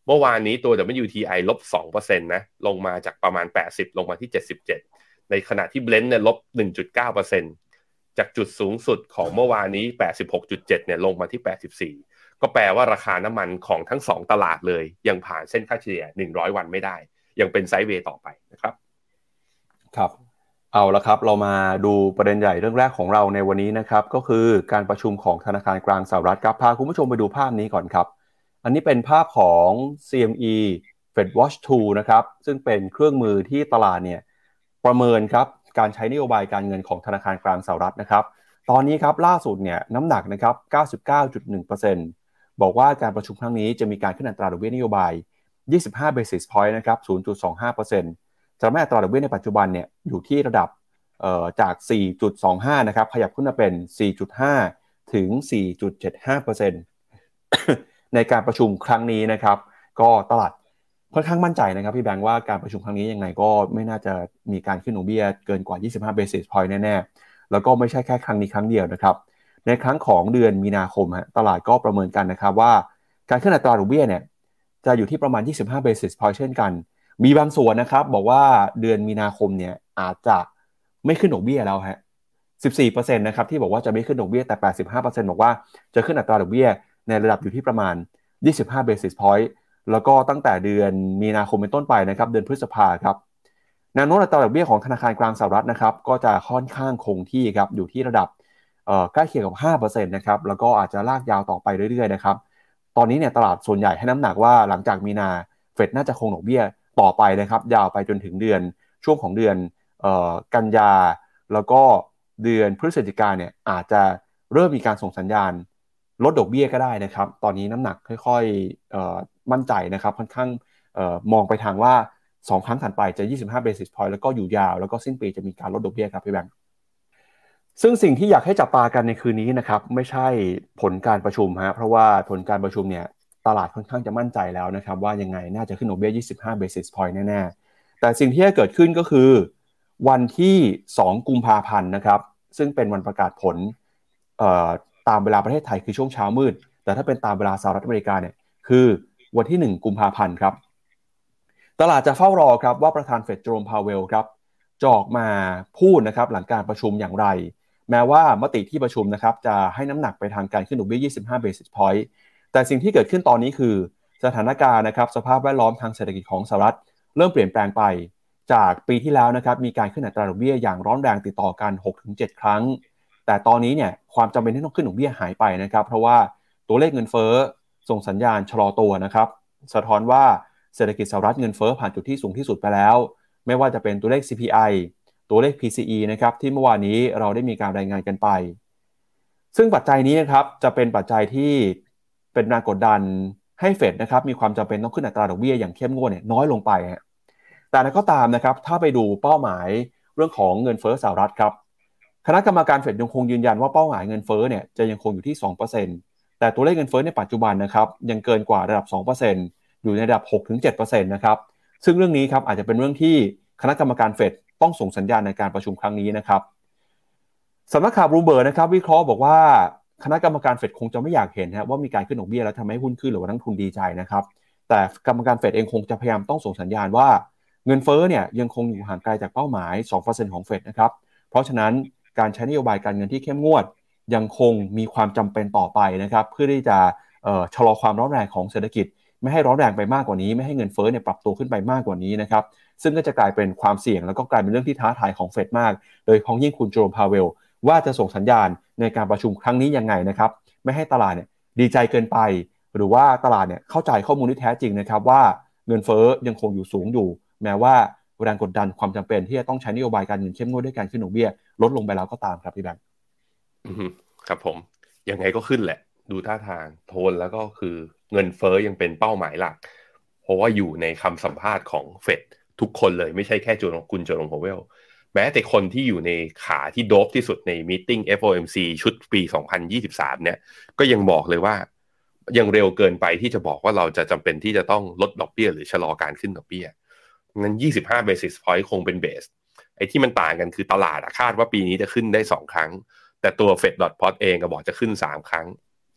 Speaker 3: เมื่อวานนี้ตัว ดับเบิลยู ที ไอ ลบ สองเปอร์เซ็นต์ นะลงมาจากประมาณแปดสิบลงมาที่เจ็ดสิบเจ็ดในขณะที่ Blend เนี่ยลบ หนึ่งจุดเก้าเปอร์เซ็นต์ จากจุดสูงสุดของเมื่อวานนี้ แปดสิบหกจุดเจ็ด เนี่ยลงมาที่แปดสิบสี่ก็แปลว่าราคาน้ำมันของทั้งสองตลาดเลยยังผ่านเส้นค่าเฉลี่ยหนึ่งร้อยวันไม่ได้ยังเป็นไซด์เวย์ต่อไปนะครับ
Speaker 2: ครับเอาละครับเรามาดูประเด็นใหญ่เรื่องแรกของเราในวันนี้นะครับก็คือการประชุมของธนาคารกลางสหรัฐครับพาคุณผู้ชมไปดูภาพนี้ก่อนครับอันนี้เป็นภาพของ ซี เอ็ม อี Fed Watch ทูนะครับซึ่งเป็นเครื่องมือที่ตลาดเนี่ยประเมินครับการใช้นโยบายการเงินของธนาคารกลางสหรัฐนะครับตอนนี้ครับล่าสุดเนี่ยน้ำหนักนะครับ เก้าสิบเก้าจุดหนึ่งเปอร์เซ็นต์ บอกว่าการประชุมครั้งนี้จะมีการขึ้นอัตราดอกเบี้ยนโยบายยี่สิบห้า basis point นะครับ ศูนย์จุดสองห้าเปอร์เซ็นต์ จะไม่อัตราดอกเบี้ยในปัจจุบันเนี่ยอยู่ที่ระดับเอ่อจาก สี่จุดสองห้า นะครับขยับขึ้นมาเป็น สี่จุดห้า ถึง สี่จุดเจ็ดห้าเปอร์เซ็นต์ ในการประชุมครั้งนี้นะครับก็ตลาดค่อนข้างมั่นใจนะครับพี่แบงค์ว่าการประชุมครั้งนี้ยังไงก็ไม่น่าจะมีการขึ้นดอกเบี้ยเกินกว่ายี่สิบห้า basis point แน่ๆแล้วก็ไม่ใช่แค่ครั้งนี้ครั้งเดียวนะครับในครั้งของเดือนมีนาคมฮะตลาดก็ประเมินกันนะครับว่าการขึ้นอัตราดอกเบี้ยเนี่ยจะอยู่ที่ประมาณยี่สิบห้า basis point เช่นกันมีบางส่วนนะครับบอกว่าเดือนมีนาคมเนี่ยอาจจะไม่ขึ้นดอกเบี้ยแล้วฮะ สิบสี่เปอร์เซ็นต์ นะครับที่บอกว่าจะไม่ขึ้นดอกเบี้ยแต่ แปดสิบห้าเปอร์เซ็นต์ บอกว่าจะขึ้นอัตราดอกเบี้ยในระดับอยู่ที่ประมาณยี่สิบห้า basis point แล้วก็ตั้งแต่เดือนมีนาคมเป็นต้นไปนะครับเดือนพฤษภาครับแนวโน้มอัตราดอกเบี้ยของธนาคารกลางสหรัฐนะครับก็จะค่อนข้างคงที่ครับอยู่ที่ระดับเอ่อใกล้เคียงกับ ห้าเปอร์เซ็นต์ นะครับแล้วก็อาจจะลากยาวต่อไปเรื่อยๆนะครับตอนนี้เนี่ยตลาดส่วนใหญ่ให้น้ำหนักว่าหลังจากมีนาเฟดน่าจะคงดอกเบี้ยต่อไปนะครับยาวไปจนถึงเดือนช่วงของเดือนเอ่อกันยาแล้วก็เดือนพฤศจิกายนเนี่ยอาจจะเริ่มมีการส่งสัญญาณลดดอกเบี้ยก็ได้นะครับตอนนี้น้ำหนักค่อยๆเอ่อมั่นใจนะครับค่อนข้างเอ่อมองไปทางว่าสองครั้งถัดไปจะยี่สิบห้า basis point แล้วก็อยู่ยาวแล้วก็สิ้นปีจะมีการลดดอกเบี้ยครับพี่แบงค์ซึ่งสิ่งที่อยากให้จับตากันในคืนนี้นะครับไม่ใช่ผลการประชุมฮะเพราะว่าผลการประชุมเนี่ยตลาดค่อนข้างจะมั่นใจแล้วนะครับว่ายังไงน่าจะขึ้นดอกเบี้ยยี่สิบห้า basis point แน่ๆแต่สิ่งที่จะเกิดขึ้นก็คือวันที่สองกุมภาพันธ์นะครับซึ่งเป็นวันประกาศผลเอ่อตามเวลาประเทศไทยคือช่วงเช้ามืดแต่ถ้าเป็นตามเวลาสหรัฐอเมริกาเนี่ยคือวันที่หนึ่งกุมภาพันธ์ครับตลาดจะเฝ้ารอครับว่าประธานเฟดเจอโรมพาวเวลครับจะออกมาพูดนะครับหลังการประชุมอย่างไรแม้ว่ามติที่ประชุมนะครับจะให้น้ำหนักไปทางการขึ้นดอกเบี้ยยี่สิบห้า basis point แต่สิ่งที่เกิดขึ้นตอนนี้คือสถานการณ์นะครับสภาพแวดล้อมทางเศรษฐกิจของสหรัฐเริ่มเปลี่ยนแปลงไปจากปีที่แล้วนะครับมีการขึ้นอัตราดอกเบี้ยอย่างร้อนแรงติดต่อกัน หกถึงเจ็ด ครั้งแต่ตอนนี้เนี่ยความจำเป็นที่ต้องขึ้นดอกเบี้ยหายไปนะครับเพราะว่าตัวเลขเงินเฟ้อส่งสัญญาณชะลอตัวนะครับสะท้อนว่าเศรษฐกิจสหรัฐเงินเฟ้อผ่านจุดที่สูงที่สุดไปแล้วไม่ว่าจะเป็นตัวเลข ซี พี ไอ ตัวเลข พี ซี อี นะครับที่เมื่อวานนี้เราได้มีการรายงานกันไปซึ่งปัจจัยนี้นะครับจะเป็นปัจจัยที่เป็นแรงกดดันให้เฟดนะครับมีความจำเป็นต้องขึ้นอัตราดอกเบี้ยอย่างเข้มงวดเนี่ยน้อยลงไปฮะแต่นั้นก็ตามนะครับถ้าไปดูเป้าหมายเรื่องของเงินเฟ้อสหรัฐครับคณะกรรมการเฟดยังคงยืนยันว่าเป้าหมายเงินเฟ้อเนี่ยจะยังคงอยู่ที่ สองเปอร์เซ็นต์ แต่ตัวเลขเงินเฟ้อในปัจจุบันนะครับยังเกินกว่าระดับ สองเปอร์เซ็นต์ อยู่ในระดับ หกถึงเจ็ดเปอร์เซ็นต์ นะครับซึ่งเรื่องนี้ครับอาจจะเป็นเรื่องที่คณะกรรมการเฟดต้องส่งสัญญาณในการประชุมครั้งนี้นะครับสำนักข่าวบลูมเบิร์กนะครับวิเคราะห์บอกว่าคณะกรรมการเฟดคงจะไม่อยากเห็นนะว่ามีการขึ้นดอกเบี้ยแล้วทำให้หุ้นขึ้นหรือว่านักทุนดีใจนะครับแต่กรรมการเฟดเองคงจะพยายามต้องส่งสัญญาณว่าเงินเฟ้อเนี่ยยังคงอยู่ห่างไกลจากเป้าหมาย สองเปอร์เซ็นต์ ของเฟดนะครับเพราะฉะนั้นการใช้นโยบายการเงินที่เข้มงวดยังคงมีความจำเป็นต่อไปนะครับเพื่อที่จะเอ่อชะลอความร้อนแรงของเศรษฐกิจไม่ให้ร้อนแรงไปมากกว่านี้ไม่ให้เงินเฟ้อเนี่ยปรับตัวขึ้นไปมากกว่านี้นะครับซึ่งก็จะกลายเป็นความเสี่ยงแล้วก็กลายเป็นเรื่องที่ท้าทายของเฟดมากโดยเฉพาะยิ่งคุณเจอโรมพาเวลว่าจะส่งสัญญาณในการประชุมครั้งนี้ยังไงนะครับไม่ให้ตลาดเนี่ยดีใจเกินไปหรือว่าตลาดเนี่ยเข้าใจข้อมูลที่แท้จริงนะครับว่าเงินเฟ้อยังคงอยู่สูงอยู่แม้ว่าแรงกดดันความจำเป็นที่จะต้องใช้นโยบายการเงินเข้มงวดด้วยการขึ้นดอกเบี้ยลดลงไปแล้วก็ตามครับพี่แบงค์
Speaker 3: ครับผมยังไงก็ขึ้นแหละดูท่าทางโทนแล้วก็คือเงินเฟ้อยังเป็นเป้าหมายหลักเพราะว่าอยู่ในคำสัมภาษณ์ของเฟดทุกคนเลยไม่ใช่แค่โจนคุณเจอร์มพาวเวลแม้แต่คนที่อยู่ในขาที่โดปที่สุดในมีตติ้ง เอฟ โอ เอ็ม ซี ชุดปีสองพันยี่สิบสามเนี่ยก็ยังบอกเลยว่ายังเร็วเกินไปที่จะบอกว่าเราจะจำเป็นที่จะต้องลดดอกเบี้ยหรือชะลอการขึ้นดอกเบี้ยงั้นยี่สิบห้า basis point คงเป็นเบสไอ้ที่มันต่างกันคือตลาดคาดว่าปีนี้จะขึ้นได้สองครั้งแต่ตัว Fed.Pot เองก็บอกจะขึ้นสามครั้ง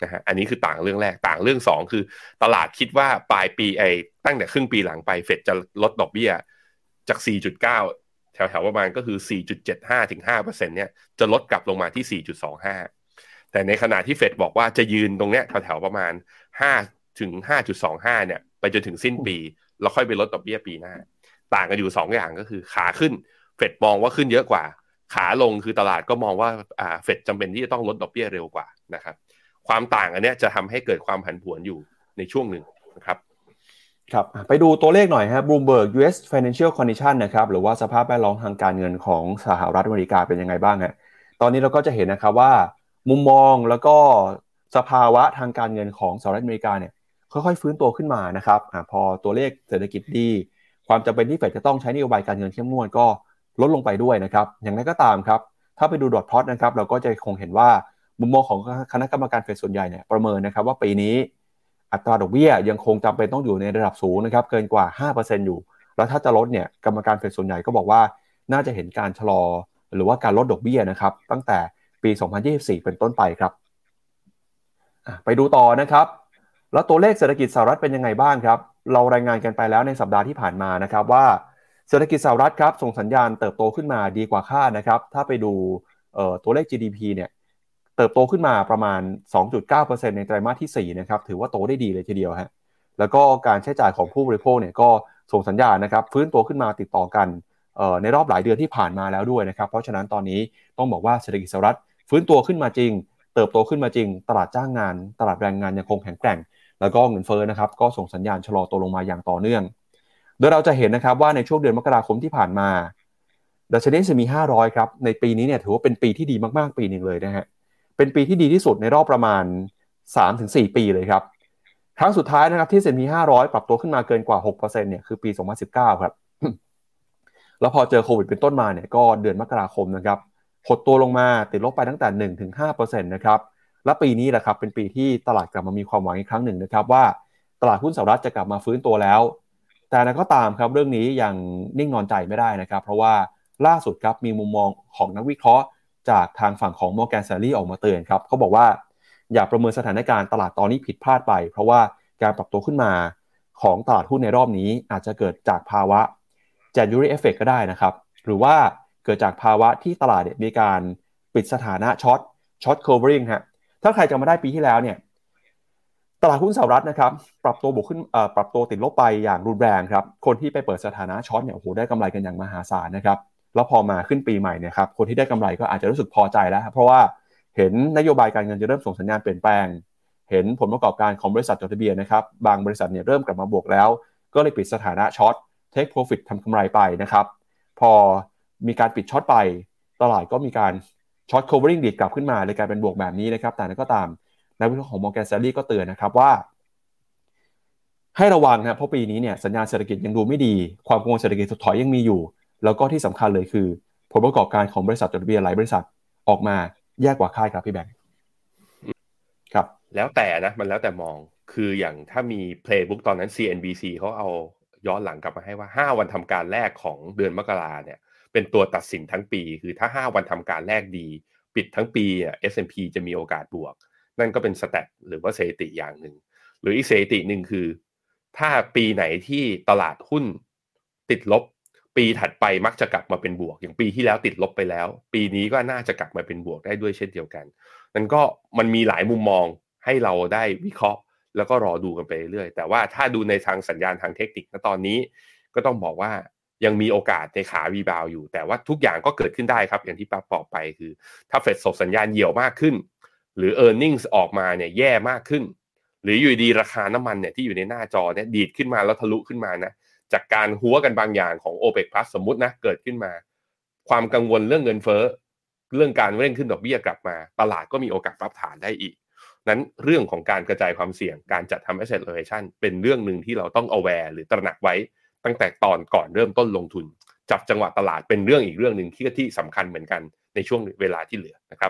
Speaker 3: นะฮะอันนี้คือต่างเรื่องแรกต่างเรื่องสองคือตลาดคิดว่าปลายปีไอ้ตั้งแต่ครึ่งปีหลังไปเฟดจะลดดอกเบี้ยจาก สี่จุดเก้า แถวๆประมาณก็คือ สี่จุดเจ็ดห้า ถึง ห้าเปอร์เซ็นต์ เนี่ยจะลดกลับลงมาที่ สี่จุดสองห้า แต่ในขณะที่เฟดบอกว่าจะยืนตรงเนี้ยแถวๆประมาณห้าถึง ห้าจุดสองห้า เนี่ยไปจนถึงสิ้นปีแล้วค่อยไปลดดอกเบี้ยปีหน้าต่างกันอยู่สองอย่างก็คือขาขึ้นเฟดมองว่าขึ้นเยอะกว่าขาลงคือตลาดก็มองว่าอ่าเฟดจำเป็นที่จะต้องลดดอกเบี้ยเร็วกว่านะครับความต่างอันเนี้ยจะทำให้เกิดความผันผวนอยู่ในช่วงหนึ่งนะครับ
Speaker 2: ครับไปดูตัวเลขหน่อยครับ Bloomberg ยู เอส Financial Condition นะครับหรือว่าสภาพแวดล้อมทางการเงินของสหรัฐอเมริกาเป็นยังไงบ้างฮะตอนนี้เราก็จะเห็นนะครับว่ามุมมองแล้วก็สภาวะทางการเงินของสหรัฐอเมริกาเนี่ยค่อยๆฟื้นตัวขึ้นมานะครับอ่าพอตัวเลขเศรษฐกิจดีความจำเป็นที่เฟดจะต้องใช้นโยบายการเงินเข้มงวดก็ลดลงไปด้วยนะครับอย่างไรก็ตามครับถ้าไปดูดอทพลอตนะครับเราก็จะคงเห็นว่ามุมมองของคณะกรรมการเฟดส่วนใหญ่เนี่ยประเมินนะครับว่าปีนี้อัตราดอกเบี้ยยังคงจำเป็นต้องอยู่ในระดับสูงนะครับเกินกว่า ห้าเปอร์เซ็นต์ อยู่แล้วถ้าจะลดเนี่ยกรรมการเฟดส่วนใหญ่ก็บอกว่าน่าจะเห็นการชะลอหรือว่าการลดดอกเบี้ยนะครับตั้งแต่ปีสองพันยี่สิบสี่เป็นต้นไปครับไปดูต่อนะครับแล้วตัวเลขเศรษฐกิจสหรัฐเป็นยังไงบ้างครับเรารายงานกันไปแล้วในสัปดาห์ที่ผ่านมานะครับว่าเศรษฐกิจสหรัฐครับส่งสัญญาณเติบโตขึ้นมาดีกว่าคาดนะครับถ้าไปดูเอ่อตัวเลข จี ดี พี เนี่ยเติบโตขึ้นมาประมาณ สองจุดเก้าเปอร์เซ็นต์ ในไตรมาสที่สี่นะครับถือว่าโตได้ดีเลยทีเดียวฮะแล้วก็การใช้จ่ายของผู้บริโภคเนี่ยก็ส่งสัญญาณนะครับฟื้นตัวขึ้นมาติดต่อกันเอ่อในรอบหลายเดือนที่ผ่านมาแล้วด้วยนะครับเพราะฉะนั้นตอนนี้ต้องบอกว่าเศรษฐกิจสหรัฐฟื้นตัวขึ้นมาจริงเติบโตขึ้นมาจริงตลาดจ้างงานตลาดแรงงานยังคงแข็งแกร่งแล้วก็เงินเฟ้อนะครับก็ส่งสัญญาณชะลอตัวลงมาอย่างต่อเนื่องโดยเราจะเห็นนะครับว่าในช่วงเดือนมกราคมที่ผ่านมาดัชนี เอส แอนด์ พี ห้าร้อยครับในปีนี้เนี่ยถือว่าเป็นปีที่ดีมากๆปีนึงเลยนะฮะเป็นปีที่ดีที่สุดในรอบประมาณ สามถึงสี่ ปีเลยครับครั้งสุดท้ายนะครับที่ เอส แอนด์ พี ห้าร้อยปรับตัวขึ้นมาเกินกว่า หกเปอร์เซ็นต์ เนี่ยคือปีสองพันสิบเก้าครับ แล้วพอเจอโควิดเป็นต้นมาเนี่ยก็เดือนมกราคมนะครับหดตัวลงมาติดลบไปตั้งแต่ หนึ่งถึงห้าเปอร์เซ็นต์ นะครับและปีนี้แหละครับเป็นปีที่ตลาดกลับมามีความหวังอีกครั้งหนึ่งนะครับว่าตลาดหุ้นสหรัฐจะกลับมาฟื้นตัวแล้วแต่นั้นก็ตามครับเรื่องนี้ยังนิ่งนอนใจไม่ได้นะครับเพราะว่าล่าสุดครับมีมุมมองของนักวิเคราะห์จากทางฝั่งของ Morgan Stanley ออกมาเตือนครับเขาบอกว่าอย่าประเมินสถานการณ์ตลาดตอนนี้ผิดพลาดไปเพราะว่าการปรับตัวขึ้นมาของตลาดหุ้นในรอบนี้อาจจะเกิดจากภาวะ January Effect ก็ได้นะครับหรือว่าเกิดจากภาวะที่ตลาดเนี่ยมีการปิดสถานะช็อตช็อต covering ฮะถ้าใครจำมาได้ปีที่แล้วเนี่ยตลาดหุ้นสหรัฐนะครับปรับตัวบวกขึ้นเอ่อปรับตัวติดลบไปอย่างรุนแรงครับคนที่ไปเปิดสถานะช็อตเนี่ยโอ้โหได้กำไรกันอย่างมหาศาลนะครับแล้วพอมาขึ้นปีใหม่เนี่ยครับคนที่ได้กำไรก็อาจจะรู้สึกพอใจแล้วเพราะว่าเห็นนโยบายการเงินจะเริ่มส่งสัญญาณเปลี่ยนแปลงเห็นผลประกอบการของบริษัทจดทะเบียนนะครับบางบริษัทเนี่ยเริ่มกลับมาบวกแล้วก็เลยปิดสถานะช็อต take profit ทำกำไรไปนะครับพอมีการปิดช็อตไปตลาดก็มีการช็อต covering ดีดกลับขึ้นมาเลยกลายเป็นบวกแบบนี้นะครับแต่นั้นก็ตามนักวิเคราะห์ของ Morgan Stanley ก็เตือนนะครับว่าให้ระวังนะเพราะปีนี้เนี่ยสัญญาณเศรษฐกิจยังดูไม่ดีความกังวลเศรษฐกิจถดถอยยังมีอยู่แล้วก็ที่สำคัญเลยคือผลประกอบการของบริษัทจดทะเบียนหลายบริษัทออกมาแย่กว่าคาดครับพี่แบงค์ครับ
Speaker 3: แล้วแต่นะมันแล้วแต่มองคืออย่างถ้ามี playbook ตอนนั้น ซี เอ็น บี ซี เขาเอาย้อนหลังกลับมาให้ว่าห้าวันทำการแรกของเดือนมกราเนี่ยเป็นตัวตัดสินทั้งปีคือถ้าห้าวันทำการแรกดีปิดทั้งปีอ่ะ เอส แอนด์ พี จะมีโอกาสบวกนั่นก็เป็นสแตทหรือว่าสถิติอย่างหนึ่งหรืออีกสถิติหนึ่งคือถ้าปีไหนที่ตลาดหุ้นติดลบปีถัดไปมักจะกลับมาเป็นบวกอย่างปีที่แล้วติดลบไปแล้วปีนี้ก็น่าจะกลับมาเป็นบวกได้ด้วยเช่นเดียวกันนั่นก็มันมีหลายมุมมองให้เราได้วิเคราะห์แล้วก็รอดูกันไปเรื่อยแต่ว่าถ้าดูในทางสัญญาณทางเทคนิคณตอนนี้ก็ต้องบอกว่ายังมีโอกาสในขารีบาวอยู่แต่ว่าทุกอย่างก็เกิดขึ้นได้ครับอย่างที่ป๊าบอกไปคือถ้าเฟดส่งสัญญาณเหี่ยวมากขึ้นหรือ earnings ออกมาเนี่ยแย่มากขึ้นหรืออยู่ดีราคาน้ำมันเนี่ยที่อยู่ในหน้าจอเนี่ยดีดขึ้นมาแล้วทะลุขึ้นมานะจากการหัวกันบางอย่างของ OPEC Plus สมมุตินะเกิดขึ้นมาความกังวลเรื่องเงินเฟ้อเรื่องการเร่งขึ้นดอกเบี้ยกลับมาตลาดก็มีโอกาสปรับฐานได้อีกนั้นเรื่องของการกระจายความเสี่ยงการจัดทำ asset allocation เป็นเรื่องนึงที่เราต้อง aware หรือตระหนักไว้ตั้งแต่ตอนก่อนเริ่มต้นลงทุนจับจังหวะตลาดเป็นเรื่องอีกเรื่องนึงที่ที่สำคัญเหมือนกันในช่วงเวลาที่เหลือนะครับ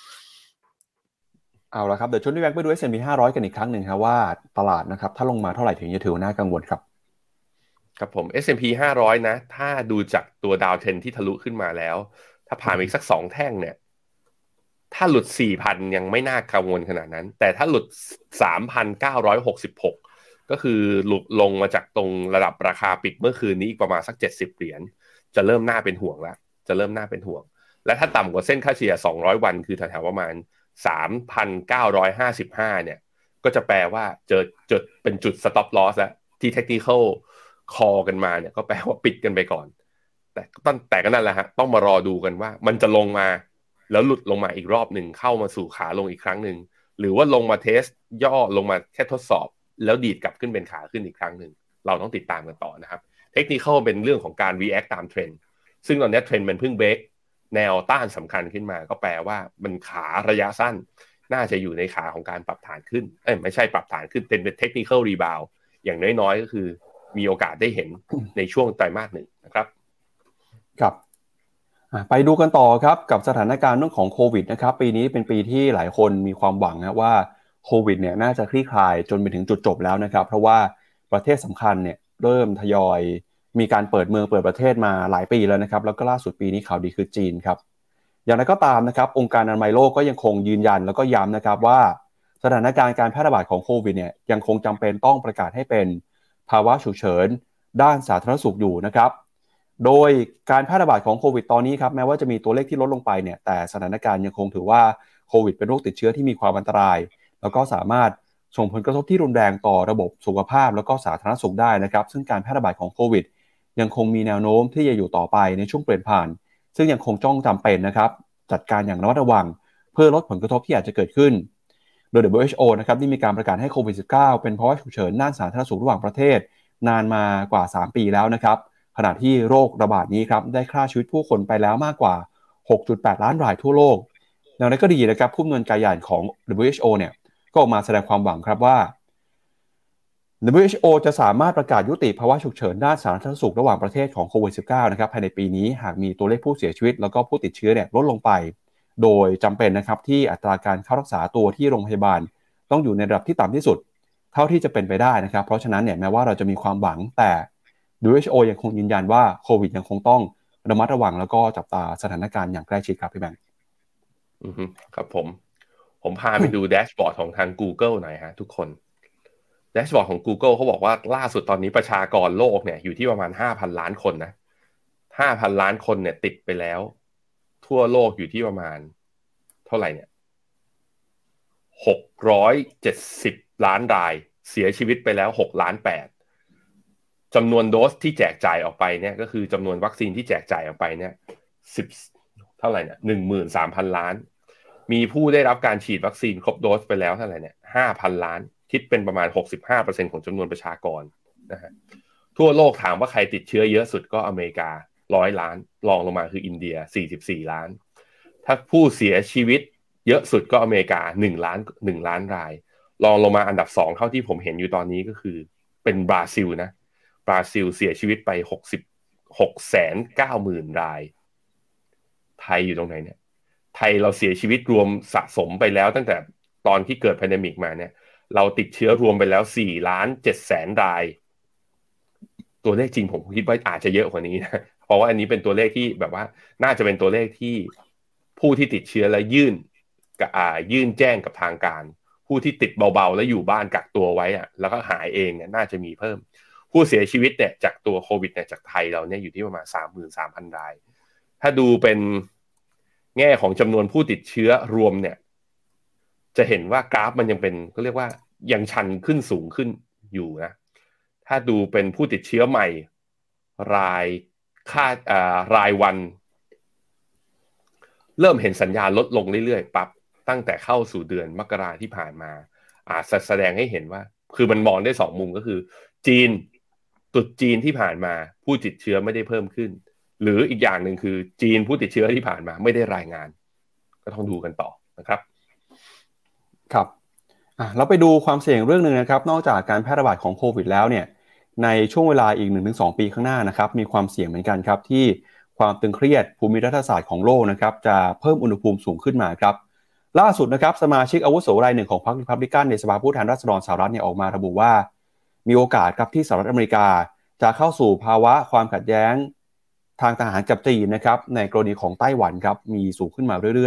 Speaker 2: เอาละครับเดี๋ยวชวนพี่แบงค์ไปดู เอส แอนด์ พี ห้าร้อยกันอีกครั้งหนึ่งครับว่าตลาดนะครับถ้าลงมาเท่าไหร่ถึงจะถือน่ากังวลครับ
Speaker 3: ครับผม เอส แอนด์ พี ห้าร้อยนะถ้าดูจากตัวดาวเทรนที่ทะลุขึ้นมาแล้วถ้าผ่านอีกสักสองแท่งเนี่ยถ้าหลุด สี่พัน ยังไม่น่ากังวลขนาดนั้นแต่ถ้าหลุด สามพันเก้าร้อยหกสิบหก ก็คือหลุดลงมาจากตรงระดับราคาปิดเมื่อคืนนี้อีกประมาณสักเจ็ดสิบเหรียญจะเริ่มน่าเป็นห่วงแล้วจะเริ่มน่าเป็นห่วงและถ้าต่ำกว่าเส้นค่าเฉลี่ยสองร้อยวันคือแถวๆประมาณ สามพันเก้าร้อยห้าสิบห้า เนี่ยก็จะแปลว่าเจอจุดเป็นจุด stop loss แล้วที่ technical call กันมาเนี่ยก็แปลว่าปิดกันไปก่อนแต่ต้นแต่ก็นั่นแหละฮะต้องมารอดูกันว่ามันจะลงมาแล้วหลุดลงมาอีกรอบหนึ่งเข้ามาสู่ขาลงอีกครั้งหนึ่งหรือว่าลงมาเทสย่อลงมาแค่ทดสอบแล้วดีดกลับขึ้นเป็นขาขึ้นอีกครั้งหนึ่งเราต้องติดตามกันต่อนะครับเทคนิคเป็นเรื่องของการ react ตามเทรนด์ซึ่งตอนนี้เทรนด์มันเพิ่งเบรกแนวต้านสำคัญขึ้นมาก็แปลว่ามันขาระยะสั้นน่าจะอยู่ในขาของการปรับฐานขึ้นเอ้ยไม่ใช่ปรับฐานขึ้นเป็นเป็นเทคนิคอลรีบาวด์อย่างน้อยๆก็คือมีโอกาสได้เห็นในช่วงไตรมาสหนึ่งนะครับ
Speaker 2: ครับไปดูกันต่อครับกับสถานการณ์เรื่องของโควิดนะครับปีนี้เป็นปีที่หลายคนมีความหวังนะว่าโควิดเนี่ยน่าจะคลี่คลายจนไปถึงจุดจบแล้วนะครับเพราะว่าประเทศสำคัญเนี่ยเริ่มทยอยมีการเปิดเมืองเปิดประเทศมาหลายปีแล้วนะครับแล้วก็ล่าสุดปีนี้ข่าวดีคือจีนครับอย่างไรก็ตามนะครับองค์การอนามัยโลกก็ยังคงยืนยันแล้วก็ย้ำนะครับว่าสถานการณ์การแพร่ระบาดของโควิดเนี่ยยังคงจำเป็นต้องประกาศให้เป็นภาวะฉุกเฉินด้านสาธารณสุขอยู่นะครับโดยการแพร่ระบาดของโควิดตอนนี้ครับแม้ว่าจะมีตัวเลขที่ลดลงไปเนี่ยแต่สถานการณ์ยังคงถือว่าโควิดเป็นโรคติดเชื้อที่มีความอันตรายแล้วก็สามารถส่งผลกระทบที่รุนแรงต่อระบบสุขภาพแล้วก็สาธารณสุขได้นะครับซึ่งการแพร่ระบาดของโควิดยังคงมีแนวโน้มที่จะอยู่ต่อไปในช่วงเปลี่ยนผ่านซึ่งยังคงจ้องจำเป็นนะครับจัดการอย่างระมัดระวังเพื่อลดผลกระทบที่อาจจะเกิดขึ้นโดย ดับเบิลยู เอช โอ นะครับได้มีการประกาศให้โควิด สิบเก้า เป็นภาวะฉุกเฉินด้านสาธารณสุขระหว่างประเทศนานมากว่าสามปีแล้วนะครับขณะที่โรคระบาดนี้ครับได้ฆ่าชีวิตผู้คนไปแล้วมากกว่า หกจุดแปด ล้านรายทั่วโลกอย่างไรก็ดีนะครับผู้อำนวยการใหญ่ของ ดับเบิลยู เอช โอ เนี่ยก็ออกมาแสดงความหวังครับว่า ดับเบิลยู เอช โอ จะสามารถประกาศยุติภาวะฉุกเฉินด้านสาธารณสุขระหว่างประเทศของโควิด สิบเก้า นะครับภายในปีนี้หากมีตัวเลขผู้เสียชีวิตแล้วก็ผู้ติดเชื้อเนี่ยลดลงไปโดยจำเป็นนะครับที่อัตราการเข้ารักษาตัวที่โรงพยาบาลต้องอยู่ในระดับที่ต่ำที่สุดเท่าที่จะเป็นไปได้นะครับเพราะฉะนั้นเนี่ยแม้ว่าเราจะมีความหวังแต่ ดับเบิลยู เอช โอ ยังคงยืนยันว่าโควิดยังคงต้องระมัดระวังแล้วก็จับตาสถานการณ์อย่างใกล้ชิดครับพี่แบงค์
Speaker 3: อือฮึครับผมผมพาไปดูแดชบอร์ดของทาง Google หน่อยฮะทุกคนแดชบอร์ดของ Google เขาบอกว่าล่าสุดตอนนี้ประชากรโลกเนี่ยอยู่ที่ประมาณ ห้าพัน ล้านคนนะ ห้าพัน ล้านคนเนี่ยติดไปแล้วทั่วโลกอยู่ที่ประมาณเท่าไหร่เนี่ยหกร้อยเจ็ดสิบล้านรายเสียชีวิตไปแล้วหกล้านแปดจำนวนโดสที่แจกจ่ายออกไปเนี่ยก็คือจำนวนวัคซีนที่แจกจ่ายออกไปเนี่ยสิบเท่าไหร่เนี่ย หนึ่งหมื่นสามพัน ล้านมีผู้ได้รับการฉีดวัคซีนครบโดสไปแล้วเท่าไหร่เนี่ย ห้าพัน ล้านคิดเป็นประมาณ หกสิบห้าเปอร์เซ็นต์ ของจำนวนประชากรนะฮะทั่วโลกถามว่าใครติดเชื้อเยอะสุดก็อเมริกาหนึ่งร้อยล้านรองลงมาคืออินเดียสี่สิบสี่ล้านถ้าผู้เสียชีวิตเยอะสุดก็อเมริกาหนึ่งล้านหนึ่งล้านรายรองลงมาอันดับสองเท่าที่ผมเห็นอยู่ตอนนี้ก็คือเป็นบราซิลนะบราซิลเสียชีวิตไปหกสิบหกแสนเก้าหมื่นรายไทยอยู่ตรงไหนเนี่ยไทยเราเสียชีวิตรวมสะสมไปแล้วตั้งแต่ตอนที่เกิดแพนเดมิกมาเนี่ยเราติดเชื้อรวมไปแล้วสี่ล้านเจ็ดแสนรายตัวเลขจริงผมคิดว่าอาจจะเยอะกว่านี้นะเพราะว่าอันนี้เป็นตัวเลขที่แบบว่าน่าจะเป็นตัวเลขที่ผู้ที่ติดเชื้อและยื่นกับอ่ายื่นแจ้งกับทางการผู้ที่ติดเบาๆแล้วอยู่บ้านกักตัวไว้อะแล้วก็หายเองเนี่ยน่าจะมีเพิ่มผู้เสียชีวิตเนี่ยจากตัวโควิดเนี่ยจากไทยเราเนี่ยอยู่ที่ประมาณ สามหมื่นสามพัน รายถ้าดูเป็นแง่ของจำนวนผู้ติดเชื้อรวมเนี่ยจะเห็นว่ากราฟมันยังเป็นก็เรียกว่ายังชันขึ้นสูงขึ้นอยู่นะถ้าดูเป็นผู้ติดเชื้อใหม่รายค่าอ่ารายวันเริ่มเห็นสัญญาณลดลงเรื่อยๆปั๊บตั้งแต่เข้าสู่เดือนมกราที่ผ่านมาอาจจะแสดงให้เห็นว่าคือมันมองได้สองมุมก็คือจีนตุดจีนที่ผ่านมาผู้ติดเชื้อไม่ได้เพิ่มขึ้นหรืออีกอย่างหนึ่งคือจีนผู้ติดเชื้อที่ผ่านมาไม่ได้รายงานก็ต้องดูกันต่อนะครับ
Speaker 2: ครับอ่ะเราไปดูความเสี่ยงเรื่องนึงนะครับนอกจากการแพร่ระบาดของโควิดแล้วเนี่ยในช่วงเวลาอีก หนึ่งถึงสอง ปีข้างหน้านะครับมีความเสี่ยงเหมือนกันครับที่ความตึงเครียดภูมิรัฐศาสตร์ของโลกนะครับจะเพิ่มอุณหภูมิสูงขึ้นมาครับล่าสุดนะครับสมาชิกอาวุโสรายหนึ่งของพรรครีพับลิกันในสภาผู้แทนราษฎรสหรัฐเนี่ยออกมาระบุว่ามีโอกาสครับที่สหรัฐอเมริกาจะเข้าสู่ภาวะความขัดแย้งทางทหารกับจีนนะครับในกรณีของไต้หวันครับมีสูงขึ้นมาเรื่อย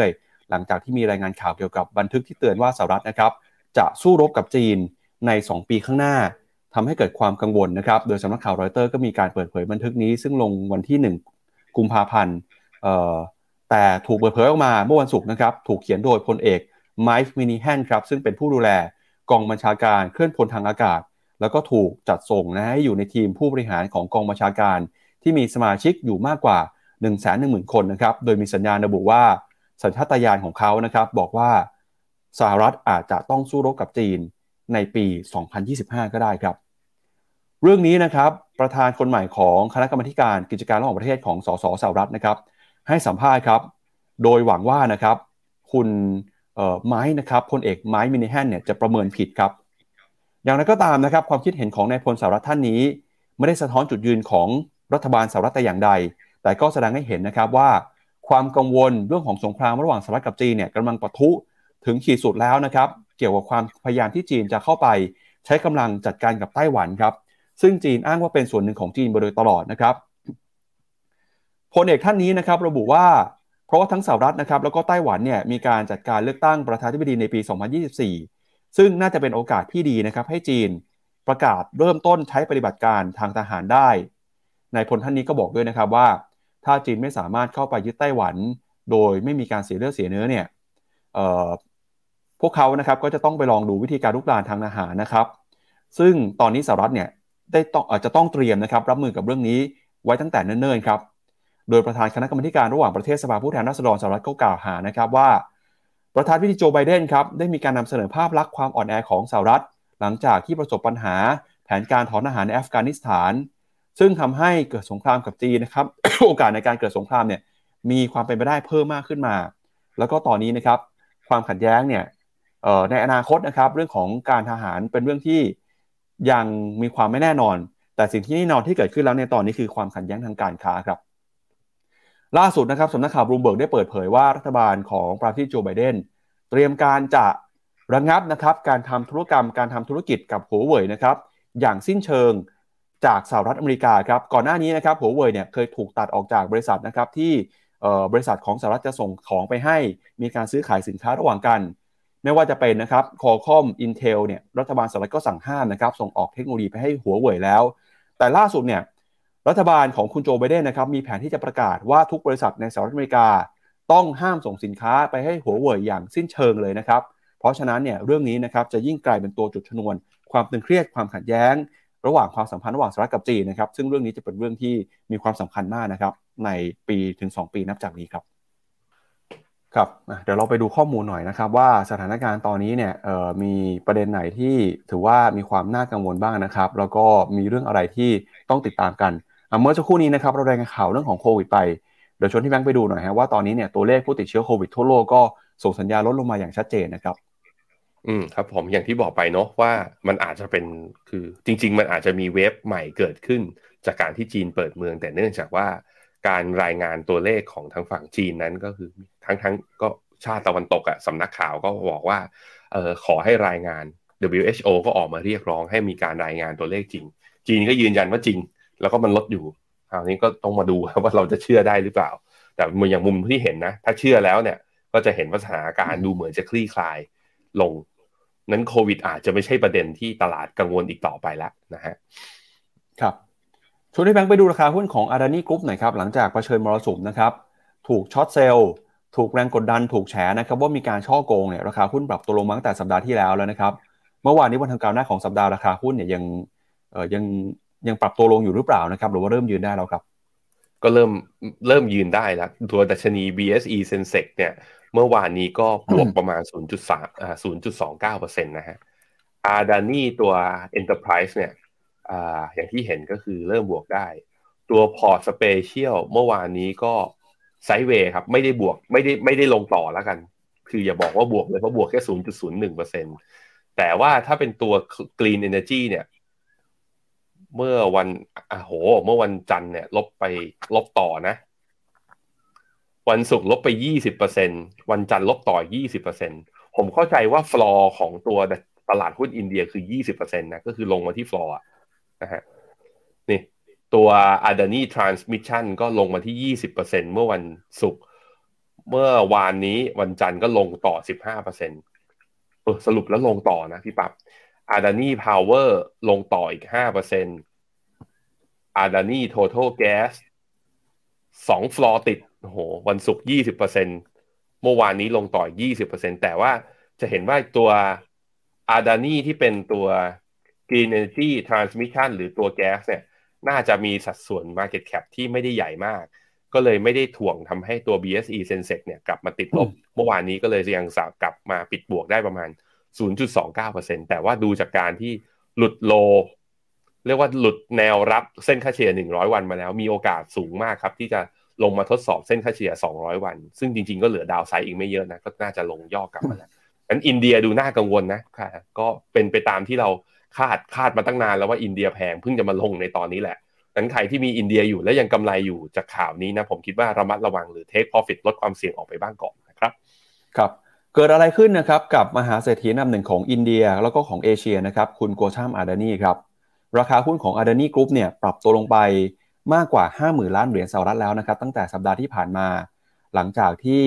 Speaker 2: หลังจากที่มีรายงานข่าวเกี่ยวกับบันทึกที่เตือนว่าสหรัฐนะครับจะสู้รบกับจีนในสองปีข้างหน้าทำให้เกิดความกังวลนะครับโดยสำนักข่าวรอยเตอร์ก็มีการเปิดเผยบันทึกนี้ซึ่งลงวันที่หนึ่งกุมภาพันธ์แต่ถูกเปิดเผยออกมาเมื่อวันศุกร์นะครับถูกเขียนโดยพลเอกไมค์มินิแฮนครับซึ่งเป็นผู้ดูแลกองบัญชาการเคลื่อนพลทางอากาศแล้วก็ถูกจัดส่งนะให้อยู่ในทีมผู้บริหารของกองบัญชาการที่มีสมาชิกอยู่มากกว่า หนึ่งแสนหนึ่งหมื่น คนนะครับโดยมีสัญญาณระบุว่าสัญชาตญาณของเขานะครับบอกว่าสหรัฐอาจจะต้องสู้รบกับจีนในปีสองพันยี่สิบห้าก็ได้ครับเรื่องนี้นะครับประธานคนใหม่ของคณะกรรมาการกิจการระหว่างประเทศของสสสหรัฐนะครับให้สัมภาษณ์ครับโดยหวังว่านะครับคุณไม้นะครับพลเอกไม้มินิแฮนเนี่ยจะประเมินผิดครับอย่างไรก็ตามนะครับความคิดเห็นของนายพลสหรัฐท่านนี้ไม่ได้สะท้อนจุดยืนของรัฐบาลสหรัฐแต่อย่างใดแต่ก็แสดงให้เห็นนะครับว่าความกังวลเรื่องของสงครามระหว่างสหรัฐกับจีนเนี่ยกำลังปะทุถึงขีดสุดแล้วนะครับเกี่ยวกับความพยายามที่จีนจะเข้าไปใช้กำลังจัดการกับไต้หวันครับซึ่งจีนอ้างว่าเป็นส่วนหนึ่งของจีนมาโดยตลอดนะครับพลเอกท่านนี้นะครับระบุว่าเพราะว่าทั้งสหรัฐนะครับแล้วก็ไต้หวันเนี่ยมีการจัดการเลือกตั้งประธานาธิบดีในปีสองพันยี่สิบสี่ซึ่งน่าจะเป็นโอกาสที่ดีนะครับให้จีนประกาศเริ่มต้นใช้ปฏิบัติการทางทหารได้นายพลท่านนี้ก็บอกด้วยนะครับว่าถ้าจีนไม่สามารถเข้าไปยึดไต้หวันโดยไม่มีการเสียเลือดเสียเนื้อเนี่ยเอ่อพวกเขานะครับก็จะต้องไปลองดูวิธีการรุกรานทางทหารนะครับซึ่งตอนนี้สหรัฐเนี่ยได้ต้องอาจจะต้องเตรียมนะครับรับมือกับเรื่องนี้ไว้ตั้งแต่เนิ่นๆครับโดยประธานคณะกรรมาการระหว่างประเทศสภาผู้แทนราษฎรสหรัฐก็กล่าวหานะครับว่าประธานาธิบดีโจไบเดนครับได้มีการนำเสนอภาพลักษณ์ความอ่อนแอของสหรัฐหลังจากที่ประสบปัญหาแผนการถอนทหารในอัฟกานิสถานซึ่งทำให้เกิดสงครามกับจีนนะครับ โอกาสในการเกิดสงครามเนี่ยมีความเป็นไปได้เพิ่มมากขึ้นมาแล้วก็ตอนนี้นะครับความขัดแย้งเนี่ยในอนาคตนะครับเรื่องของการทหารเป็นเรื่องที่ยังมีความไม่แน่นอนแต่สิ่งที่แน่นอนที่เกิดขึ้นแล้วในตอนนี้คือความขัดแย้งทางการค้าครับล่าสุดนะครับสำนักข่าวบลูมเบิร์กได้เปิดเผยว่ารัฐบาลของประธานาธิบดีโจไบเดนเตรียมการจะระงับนะครับการทำธุรกรรมการทำธุรกิจกับหัวเว่ยนะครับอย่างสิ้นเชิงจากสหรัฐอเมริกาครับก่อนหน้านี้นะครับหัวเว่ยเนี่ยเคยถูกตัดออกจากบริษัทนะครับที่บริษัทของสหรัฐจะส่งของไปให้มีการซื้อขายสินค้าระหว่างกันไม่ว่าจะเป็นนะครับ Qualcomm Intel เนี่ยรัฐบาลสหรัฐก็สั่งห้ามนะครับส่งออกเทคโนโลยีไปให้หัวเว่ยแล้วแต่ล่าสุดเนี่ยรัฐบาลของคุณโจไบเดนนะครับมีแผนที่จะประกาศว่าทุกบริษัทในสหรัฐอเมริกาต้องห้ามส่งสินค้าไปให้หัวเว่ยอย่างสิ้นเชิงเลยนะครับเพราะฉะนั้นเนี่ยเรื่องนี้นะครับจะยิ่งกลายเป็นตัวจุดชนวนความตึงเครียดความขัดแย้งระหว่างความสัมพันธ์ระหว่างสหรัฐกับจีนนะครับซึ่งเรื่องนี้จะเป็นเรื่องที่มีความสำคัญมากนะครับในปีถึงสองปีนับจากนี้ครับครับเดี๋ยวเราไปดูข้อมูลหน่อยนะครับว่าสถานการณ์ตอนนี้เนี่ยมีประเด็นไหนที่ถือว่ามีความน่ากังวลบ้างนะครับแล้วก็มีเรื่องอะไรที่ต้องติดตามกันเมื่อสักครู่นี้นะครับเรารายงานข่าวเรื่องของโควิดไปเดี๋ยวชวนที่แบงค์ไปดูหน่อยฮะว่าตอนนี้เนี่ยตัวเลขผู้ติดเชื้อโควิดทั่วโลกก็ส่งสัญญาณลดลงมาอย่างชัดเจนนะครับ
Speaker 3: อืมครับผมอย่างที่บอกไปเนาะว่ามันอาจจะเป็นคือจริงๆมันอาจจะมีเวฟใหม่เกิดขึ้นจากการที่จีนเปิดเมืองแต่เนื่องจากว่าการรายงานตัวเลขของทางฝั่งจีนนั้นก็คือทั้งทั้งก็ชาติตะวันตกอะสำนักข่าวก็บอกว่าเออขอให้รายงาน ดับเบิลยู เอช โอ ก็ออกมาเรียกร้องให้มีการรายงานตัวเลขจริงจีนก็ยืนยันว่าจริงแล้วก็มันลดอยู่คราวนี้ก็ต้องมาดูว่าเราจะเชื่อได้หรือเปล่าแต่อย่างมุมที่เห็นนะถ้าเชื่อแล้วเนี่ยก็จะเห็นว่าสถานการณ์ดูเหมือนจะคลี่คลายลงนั้นโควิดอาจจะไม่ใช่ประเด็นที่ตลาดกังวลอีกต่อไปแล้วนะฮะ
Speaker 2: ครับชวนให้แบงค์ไปดูราคาหุ้นของ Adani Group หน่อยครับหลังจากเผชิญมรสุมนะครับถูกช็อตเซลล์ถูกแรงกดดันถูกแฉนะครับว่ามีการฉ้อโกงเนี่ยราคาหุ้นปรับตัวลงมาตั้งแต่สัปดาห์ที่แล้วแล้วนะครับเมื่อวานนี้วันทำการหน้าของสัปดาห์ราคาหุ้นเนี่ยยังเอ่อยังยังปรับตัวลงอยู่หรือเปล่านะครับหรือว่าเริ่มยืนได้แล้วครับ
Speaker 3: ก็เริ่มเริ่มยืนได้แล้วตัวดัชนี บี เอส อี Sensex เนี่ยเมื่อวานนี้ก็บวกประมาณ ศูนย์จุดสาม อ่า ศูนย์จุดสองเก้าเปอร์เซ็นต์ นะฮะ Adani ตัว Enterprise เนี่ยอ่าอย่างที่เห็นก็คือเริ่มบวกได้ตัว Port Special เมื่อวานนี้ก็ไซด์เวย์ครับไม่ได้บวกไม่ได้ไม่ได้ลงต่อแล้วกันคืออย่าบอกว่าบวกเลยเพราะบวกแค่ ศูนย์จุดศูนย์หนึ่งเปอร์เซ็นต์ แต่ว่าถ้าเป็นตัว Clean Energy เนี่ยเมื่อวันอ่ะโหเมื่อวันจันทร์เนี่ยลบไปลบต่อนะวันศุกร์ลบไป ยี่สิบเปอร์เซ็นต์ วันจันทร์ลบต่อ ยี่สิบเปอร์เซ็นต์ ผมเข้าใจว่าฟลอร์ของตัวตลาดหุ้นอินเดียคือ ยี่สิบเปอร์เซ็นต์ นะก็คือลงมาที่ฟลอร์นะฮะนี่ตัว Adani Transmission ก็ลงมาที่ ยี่สิบเปอร์เซ็นต์ เมื่อวันศุกร์เมื่อวานนี้วันจันทร์ก็ลงต่อ สิบห้าเปอร์เซ็นต์ เออสรุปแล้วลงต่อนะพี่ปั๊บ Adani Power ลงต่ออีก ห้าเปอร์เซ็นต์ Adani Total Gas สองฟลอร์ติดโอ้โหวันศุกร์ ยี่สิบเปอร์เซ็นต์ เมื่อวานนี้ลงต่อ ยี่สิบเปอร์เซ็นต์ แต่ว่าจะเห็นว่าตัว Adani ที่เป็นตัว Green Energy Transmission หรือตัวแก๊สเนี่ยน่าจะมีสัดส่วน Market Cap ที่ไม่ได้ใหญ่มากก็เลยไม่ได้ถ่วงทำให้ตัว บี เอส อี Sensex เนี่ยกลับมาติดลบ เมื่อวานนี้ก็เลยยังสามารถกลับมาปิดบวกได้ประมาณ ศูนย์จุดสองเก้าเปอร์เซ็นต์ แต่ว่าดูจากการที่หลุดโลเรียกว่าหลุดแนวรับเส้นค่าเฉลี่ยหนึ่งร้อยวันมาแล้วมีโอกาสสูงมากครับที่จะลงมาทดสอบเส้นค่าเฉลี่ยสองร้อยวันซึ่งจริงๆก็เหลือดาวไซด์อีกไม่เยอะนะก็น่าจะลงย่อกลับมาแล้วงั้นอินเดียดูน่ากังวลนะค่ะก็เป็นไปตามที่เราคาดคาดมาตั้งนานแล้วว่าอินเดียแพงเพิ่งจะมาลงในตอนนี้แหละนั้นใครที่มีอินเดียอยู่และยังกำไรอยู่จากข่าวนี้นะผมคิดว่าระมัดระวังหรือ take profit ลดความเสี่ยงออกไปบ้างก่อนนะครับ
Speaker 2: ครับเกิดอะไรขึ้นนะครับกับมหาเศรษฐีอันดับหนึ่งของอินเดียแล้วก็ของเอเชียนะครับคุณโกชัมอาดานีครับราคาหุ้นของอาดานีกรุ๊ปเนี่ยปรับตัวลงไปมากกว่า ห้าหมื่น ล้านเหรียญสหรัฐแล้วนะครับตั้งแต่สัปดาห์ที่ผ่านมาหลังจากที่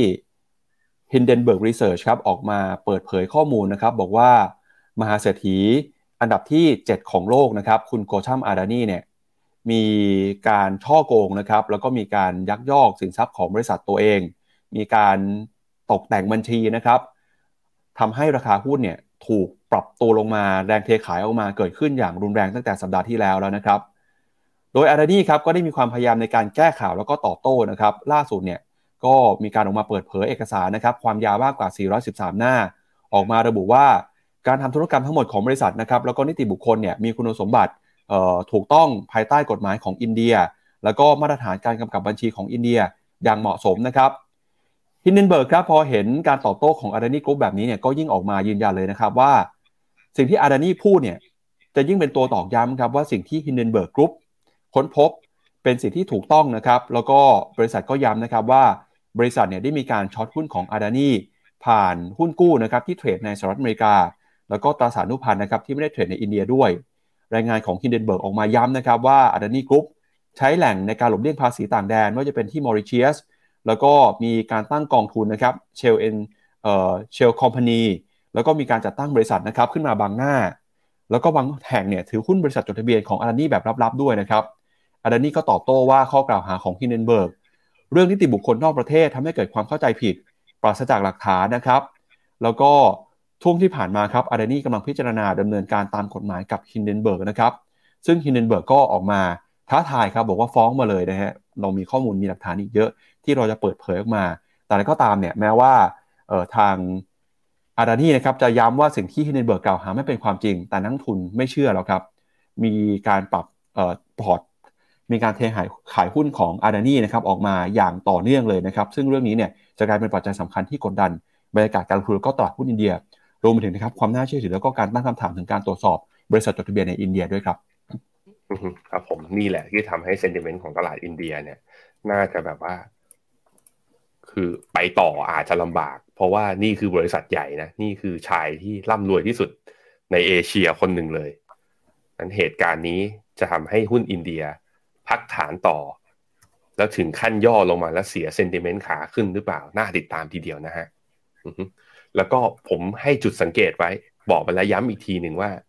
Speaker 2: Hindenburg Research ครับออกมาเปิดเผยข้อมูลนะครับบอกว่ามหาเศรษฐีอันดับที่เจ็ดของโลกนะครับคุณโกชัมอาดานีเนี่ยมีการช่อโกงนะครับแล้วก็มีการยักยอกสินทรัพย์ของบริษัทตัวเองมีการตกแต่งบัญชีนะครับทำให้ราคาหุ้นเนี่ยถูกปรับตัวลงมาแรงเทขายออกมาเกิดขึ้นอย่างรุนแรงตั้งแต่สัปดาห์ที่แล้วแล้วนะครับโดยอาดานีครับก็ได้มีความพยายามในการแก้ข่าวแล้วก็ตอบโต้นะครับล่าสุดเนี่ยก็มีการออกมาเปิดเผยเอกสารนะครับความยาวมากกว่าสี่ร้อยสิบสามหน้าออกมาระบุว่าการทำธุรกรรมทั้งหมดของบริษัทนะครับแล้วก็นิติบุคคลเนี่ยมีคุณสมบัติถูกต้องภายใต้กฎหมายของอินเดียแล้วก็มาตรฐานการกำกับบัญชีของอินเดียอย่างเหมาะสมนะครับฮินเดนเบิร์กครับพอเห็นการตอบโต้ของอาดานีกรุ๊ปแบบนี้เนี่ยก็ยิ่งออกมายืนยันเลยนะครับว่าสิ่งที่อาดานีพูดเนี่ยจะยิ่งเป็นตัวตอกย้ำครับว่าสิ่งที่ฮินเดนเบิร์กกรุ๊ปค้นพบเป็นสิ่งที่ถูกต้องนะครับแล้วก็บริษัทก็ย้ำนะครับว่าบริษัทเนี่ยได้มีการช็อตหุ้นของอาดานีผ่านหุ้นกู้นะครับที่เทรดในสหรัฐอเมริกาแล้วก็ตราสารหนี้พันนะครับที่ไม่ได้เทรดในอินเดียด้วยรายงานของ Hindenburg ออกมาย้ำนะครับว่า Adani Group ใช้แหล่งในการหลบเลี่ยงภาษีต่างแดนไม่ว่าจะเป็นที่มอริเชียสแล้วก็มีการตั้งกองทุนนะครับ Shell and เอ่อ Shell Company แล้วก็มีการจัดตั้งบริษัทนะครับขึ้นมาบางหน้าแล้วก็บางแห่งเนี่ยถือหุ้นบริษัทจดทะเบียนของ Adani แบบลับๆด้วยนะครับ Adani ก็ตอบโต้ว่าข้อกล่าวหาของ Hindenburg เรื่องนิติบุคคลนอกประเทศทำให้เกิดความเข้าใจผิดปราศจากหลักฐานนะครับแล้วก็ช่วงที่ผ่านมาครับอาดานีกำลังพิจารณาดำเนินการตามกฎหมายกับ Hindenburg นะครับซึ่ง Hindenburg ก็ออกมาท้าทายครับบอกว่าฟ้องมาเลยนะฮะเรามีข้อมูลมีหลักฐานอีกเยอะที่เราจะเปิดเผยออกมาแต่ก็ตามเนี่ยแม้ว่าเอ่อทางอาดานีนะครับจะย้ำว่าสิ่งที่ Hindenburg กล่าวหาไม่เป็นความจริงแต่นักทุนไม่เชื่อแล้วครับมีการปรับเอ่อพอร์ตมีการเทขายขายหุ้นของอาดานีนะครับออกมาอย่างต่อเนื่องเลยนะครับซึ่งเรื่องนี้เนี่ยจะกลายเป็นปัจจัยสำคัญที่กดดันบรรยากาศการลงทุนแล้วก็ตลาดหุ้นอินเดียรวมไปถึงนะครับความน่าเชื่อถือแล้วก็การตั้งคำถามถึงการตรวจสอบบริษัทจดทะเบียนในอินเดียด้วยครับ
Speaker 3: ครับผมนี่แหละที่ทำให้เซนติเมนต์ของตลาดอินเดียเนี่ยน่าจะแบบว่าคือไปต่ออาจจะลำบากเพราะว่านี่คือบริษัทใหญ่นะนี่คือชายที่ร่ำรวยที่สุดในเอเชียคนหนึ่งเลยนั้นเหตุการณ์นี้จะทำให้หุ้นอินเดียพักฐานต่อแล้วถึงขั้นย่อลงมาแล้วเสียเซนติเมนต์ขาขึ้นหรือเปล่าน่าติดตามทีเดียวนะฮะแล้วก็ผมให้จุดสังเกตไว้บอกไปแล้วย้ำอีกทีหนึ่งว่า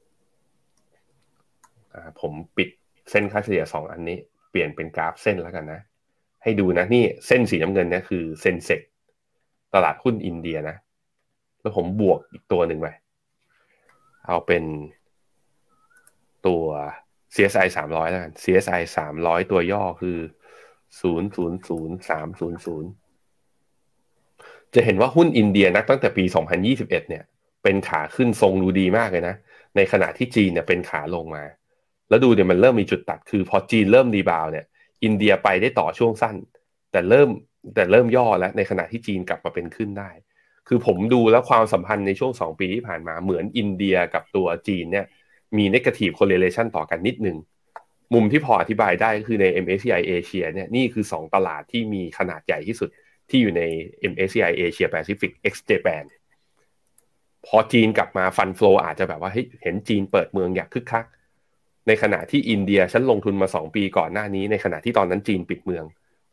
Speaker 3: ผมปิดเส้นค่าเฉลี่ยสองอันนี้เปลี่ยนเป็นกราฟเส้นแล้วกันนะให้ดูนะนี่เส้นสีน้ำเงินเนี่ยคือเซ็นเซกตลาดหุ้นอินเดียนะแล้วผมบวกอีกตัวหนึ่งไปเอาเป็นตัว ซี เอส ไอ สามร้อยแล้วกัน ซี เอส ไอ สามร้อยตัวย่อคือศูนย์ ศูนย์ ศูนย์ สาม ศูนย์ ศูนย์จะเห็นว่าหุ้นอินเดียนับตั้งแต่ปีสองพันยี่สิบเอ็ดเนี่ยเป็นขาขึ้นทรงดูดีมากเลยนะในขณะที่จีนเนี่ยเป็นขาลงมาแล้วดูเนี่ยมันเริ่มมีจุดตัดคือพอจีนเริ่มรีบาวเนี่ยอินเดียไปได้ต่อช่วงสั้นแต่เริ่มแต่เริ่มย่อแล้วในขณะที่จีนกลับมาเป็นขึ้นได้คือผมดูแล้วความสัมพันธ์ในช่วงสองปีที่ผ่านมาเหมือนอินเดียกับตัวจีนเนี่ยมี negative correlation ต่อกันนิดนึงมุมที่พออธิบายได้ก็คือใน เอ็ม เอส ซี ไอ Asia เนี่ยนี่คือสองตลาดที่มีขนาดใหญ่ที่สุดที่อยู่ใน เอ็ม เอส ซี ไอ Asia Pacific ex Japan พอจีนกลับมาฟันโฟลอาจจะแบบว่าเฮ้ยเห็นจีนเปิดเมืองอยากคึกคักในขณะที่อินเดียฉันลงทุนมาสองปีก่อนหน้านี้ในขณะที่ตอนนั้นจีนปิดเมือง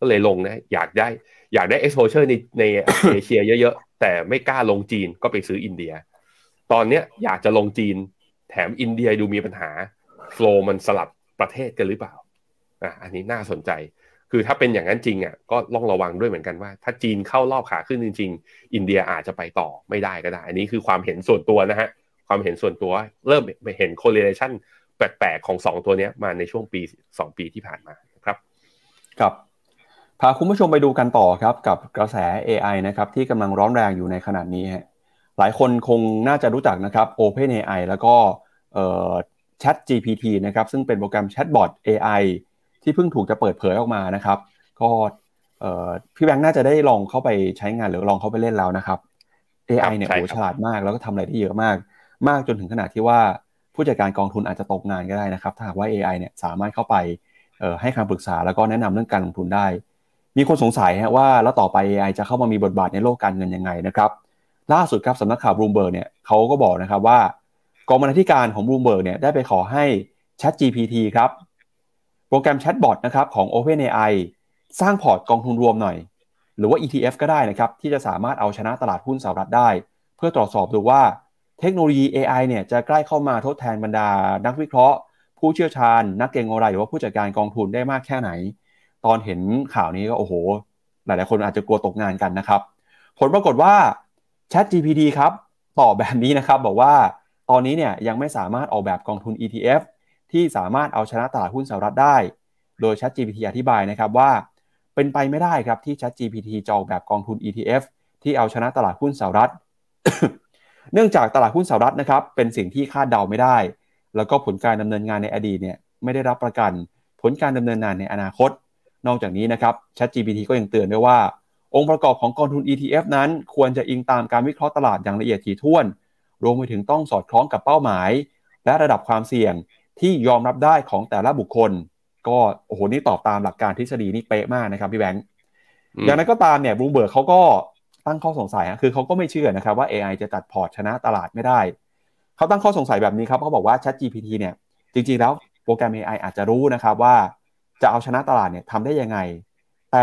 Speaker 3: ก็เลยลงนะอยากได้อยากได้ exposure ในในเอเชียเยอะๆแต่ไม่กล้าลงจีนก็ไปซื้ออินเดียตอนเนี้ยอยากจะลงจีนแถมอินเดียดูมีปัญหาโฟลว์มันสลับประเทศกันหรือเปล่าอ่ะอันนี้น่าสนใจคือถ้าเป็นอย่างนั้นจริงอ่ะก็ต้องระวังด้วยเหมือนกันว่าถ้าจีนเข้ารอบขาขึ้นจริงๆอินเดียอาจจะไปต่อไม่ได้ก็ได้อันนี้คือความเห็นส่วนตัวนะฮะความเห็นส่วนตัวเริ่มเห็น correlation แปลกๆของสองตัวนี้มาในช่วงปีสองปีที่ผ่านมาครับ
Speaker 2: ครับพาคุณผู้ชมไปดูกันต่อครับกับกระแส เอ ไอ นะครับที่กำลังร้อนแรงอยู่ในขณะนี้ฮะหลายคนคงน่าจะรู้จักนะครับ OpenAI แล้วก็เอ่อ ChatGPT นะครับซึ่งเป็นโปรแกรมแชทบอท เอ ไอ ที่เพิ่งถูกจะเปิดเผยออกมานะครับก็เอ่อพี่แบงค์น่าจะได้ลองเข้าไปใช้งานหรือลองเข้าไปเล่นแล้วนะครับ เอ ไอ เนี่ยโหฉลาดมากแล้วก็ทำอะไรได้เยอะมากมากจนถึงขนาดที่ว่าผู้จัดการกองทุนอาจจะตกงานก็ได้นะครับถ้าหากว่า เอ ไอ เนี่ยสามารถเข้าไปเอ่อให้คำปรึกษาแล้วก็แนะนำเรื่องการลงทุนได้มีคนสงสัยฮะว่าแล้วต่อไป เอ ไอ จะเข้ามามีบทบาทในโลกการเงินยังไงนะครับล่าสุดครับสำนักข่าว Bloomberg เนี่ยเขาก็บอกนะครับว่ากองบรรณาธิการของ Bloomberg เนี่ยได้ไปขอให้ ChatGPT ครับโปรแกรมแชทบอทนะครับของ OpenAI สร้างพอร์ตกองทุนรวมหน่อยหรือว่า อี ที เอฟ ก็ได้นะครับที่จะสามารถเอาชนะตลาดหุ้นสหรัฐได้เพื่อตรวจสอบดูว่าเทคโนโลยี เอ ไอ เนี่ยจะใกล้เข้ามาทดแทนบรรดานักวิเคราะห์ผู้เชี่ยวชาญนักเก็งกำไรหรือว่าผู้จัดการกองทุนได้มากแค่ไหนตอนเห็นข่าวนี้ก็โอ้โหหลายๆคนอาจจะกลัวตกงานกันนะครับผลปรากฏว่า ChatGPT ครับตอบแบบนี้นะครับบอกว่าตอนนี้เนี่ยยังไม่สามารถออกแบบกองทุน อี ที เอฟ ที่สามารถเอาชนะตลาดหุ้นสหรัฐได้โดย ChatGPT อธิบายนะครับว่าเป็นไปไม่ได้ครับที่ ChatGPT จะออกแบบกองทุน อี ที เอฟ ที่เอาชนะตลาดหุ้นสหรัฐ เนื่องจากตลาดหุ้นสหรัฐนะครับเป็นสิ่งที่คาดเดาไม่ได้แล้วก็ผลการดำเนินงานในอดีตเนี่ยไม่ได้รับประกันผลการดำเนินงานในอนาคตนอกจากนี้นะครับ ChatGPT ก็ยังเตือนด้วยว่าองค์ประกอบของกองทุน อี ที เอฟ นั้นควรจะอิงตามการวิเคราะห์ตลาดอย่างละเอียดถี่ถ้วนรวมไปถึงต้องสอดคล้องกับเป้าหมายและระดับความเสี่ยงที่ยอมรับได้ของแต่ละบุคคลก็โอ้โหนี่ตอบตามหลักการทฤษฎีนี่เป๊ะมากนะครับพี่แบงค์อย่างนั้นก็ตามเนี่ยบลูมเบิร์กเขาก็ตั้งข้อสงสัยคือเขาก็ไม่เชื่อนะครับว่า เอ ไอ จะจัดพอร์ตชนะตลาดไม่ได้เขาตั้งข้อสงสัยแบบนี้ครับเขาบอกว่า ChatGPT เนี่ยจริงๆแล้วโปรแกรม เอ ไอ อาจจะรู้นะครับว่าจะเอาชนะตลาดเนี่ยทำได้ยังไงแต่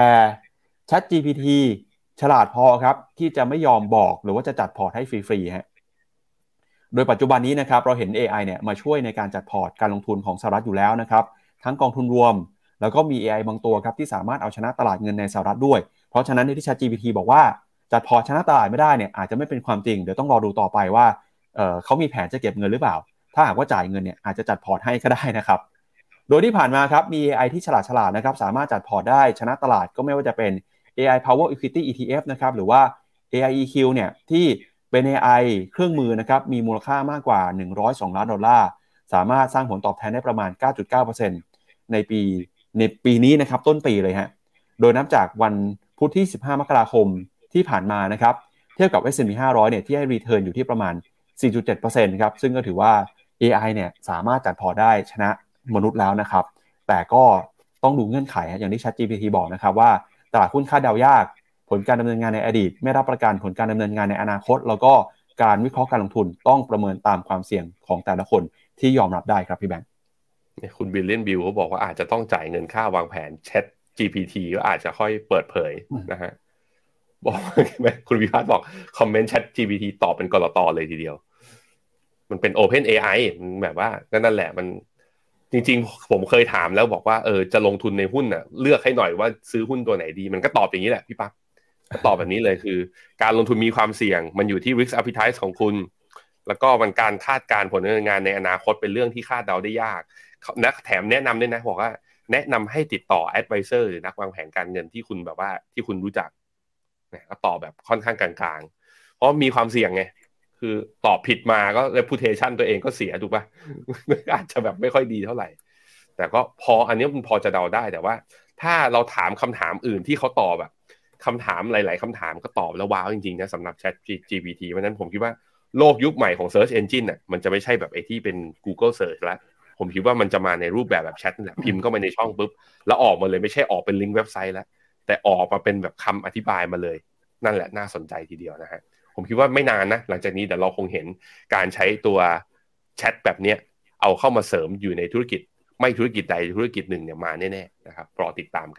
Speaker 2: ChatGPT ฉลาดพอครับที่จะไม่ยอมบอกหรือว่าจะจัดพอร์ตให้ฟรีๆฮะโดยปัจจุบันนี้นะครับเราเห็น เอ ไอ เนี่ยมาช่วยในการจัดพอร์ตการลงทุนของสหรัฐอยู่แล้วนะครับทั้งกองทุนรวมแล้วก็มี เอ ไอ บางตัวครับที่สามารถเอาชนะตลาดเงินในสหรัฐด้วยเพราะฉะนั้นที่ ChatGPT บอกว่าจัดพอร์ตชนะตลาดไม่ได้เนี่ยอาจจะไม่เป็นความจริงเดี๋ยวต้องรอดูต่อไปว่า เอ่อ เขามีแผนจะเก็บเงินหรือเปล่าถ้าหากว่าจ่ายเงินเนี่ยอาจจะจัดพอร์ตให้ก็ได้นะครับโดยที่ผ่านมาครับมี เอ ไอ ที่ฉลาดฉลาดนะครับสามารถจัดพอร์ตได้ชนะตลาดก็ไม่ว่าจะเป็น เอ ไอ Power Equity อี ที เอฟ นะครับหรือว่า เอ ไอ อี คิว เนี่ยที่เป็น เอ ไอ เครื่องมือนะครับมีมูลค่ามากกว่าหนึ่งร้อยสองล้านดอลลาร์สามารถสร้างผลตอบแทนได้ประมาณ เก้าจุดเก้าเปอร์เซ็นต์ ในปีในปีนี้นะครับต้นปีเลยฮะโดยนับจากวันพุธที่สิบห้ามกราคมที่ผ่านมานะครับเทียบกับ เอส แอนด์ พี ห้าร้อยเนี่ยที่ให้รีเทิร์นอยู่ที่ประมาณ สี่จุดเจ็ดเปอร์เซ็นต์ ครับซึ่งก็ถือว่า เอ ไอ เนี่ยสามารถจัดพอร์ตได้ชนะมนุษย์แล้วนะครับแต่ก็ต้องดูเงื่อนไขอย่างที่ ChatGPT บอกนะครับว่าตลาดหุ้นคาดเดายากผลการดำเนินงานในอดีตไม่รับประกันผลการดำเนินงานในอนาคตแล้วก็การวิเคราะห์การลงทุนต้องประเมินตามความเสี่ยงของแต่ละคนที่ยอมรับได้ครับพี่แบงค์
Speaker 3: คุณบิลเลียนบิลเขาบอกว่าอาจจะต้องจ่ายเงินค่าวางแผน Chat จี พี ที ก็อาจจะค่อยเปิดเผยนะฮะบอกคุณวิพัฒน์บอกคอมเมนต์ Chat จี พี ที ตอบเป็นกลตเลยทีเดียวมันเป็น Open เอ ไอ แบบว่านั่นแหละมันจริงๆผมเคยถามแล้วบอกว่าเออจะลงทุนในหุ้นน่ะเลือกให้หน่อยว่าซื้อหุ้นตัวไหนดีมันก็ตอบอย่างนี้แหละพี่ปั๊บก็ตอบแบบนี้เลยคือการลงทุนมีความเสี่ยงมันอยู่ที่ risk appetite ของคุณแล้วก็มันการคาดการผลการดำเนินงานในอนาคตเป็นเรื่องที่คาดเดาได้ยากนะแถมแนะนำด้วยนะบอกว่าแนะนำให้ติดต่อ advisor หรือนักวางแผนการเงินที่คุณแบบว่าที่คุณรู้จักเนี่ยก็ตอบแบบค่อนข้างกลางๆเพราะมีความเสี่ยงไงคือตอบผิดมาก็ reputation ตัวเองก็เสียถูกป่ะ อาจจะแบบไม่ค่อยดีเท่าไหร่แต่ก็พออันนี้มันพอจะเดาได้แต่ว่าถ้าเราถามคำถามอื่นที่เขาตอบแบบคำถามหลายๆคำถามก็ตอบแล้วว้าวจริงๆนะสำหรับ Chat จี พี ที เพราะนั้นผมคิดว่าโลกยุคใหม่ของ Search Engine น่ะมันจะไม่ใช่แบบไอ้ที่เป็น Google Search แล้วผมคิดว่ามันจะมาในรูปแบบแบบแชทนั่นแหละพิมพ์เข้าไปในช่องปุ๊บแล้วออกมาเลยไม่ใช่ออกเป็นลิงก์เว็บไซต์แล้วแต่ออกมาเป็นแบบคำอธิบายมาเลยนั่นแหละน่าสนใจทีเดียวนะฮะผมคิดว่าไม่นานนะหลังจากนี้เดี๋ยวเราคงเห็นการใช้ตัวแชทแบบเนี้ยเอาเข้ามาเสริมอยู่ในธุรกิจไม่ธุรกิจใดธุรกิจหนึ่งเนี่ยมาแน่ๆนะครับรอติดตามกัน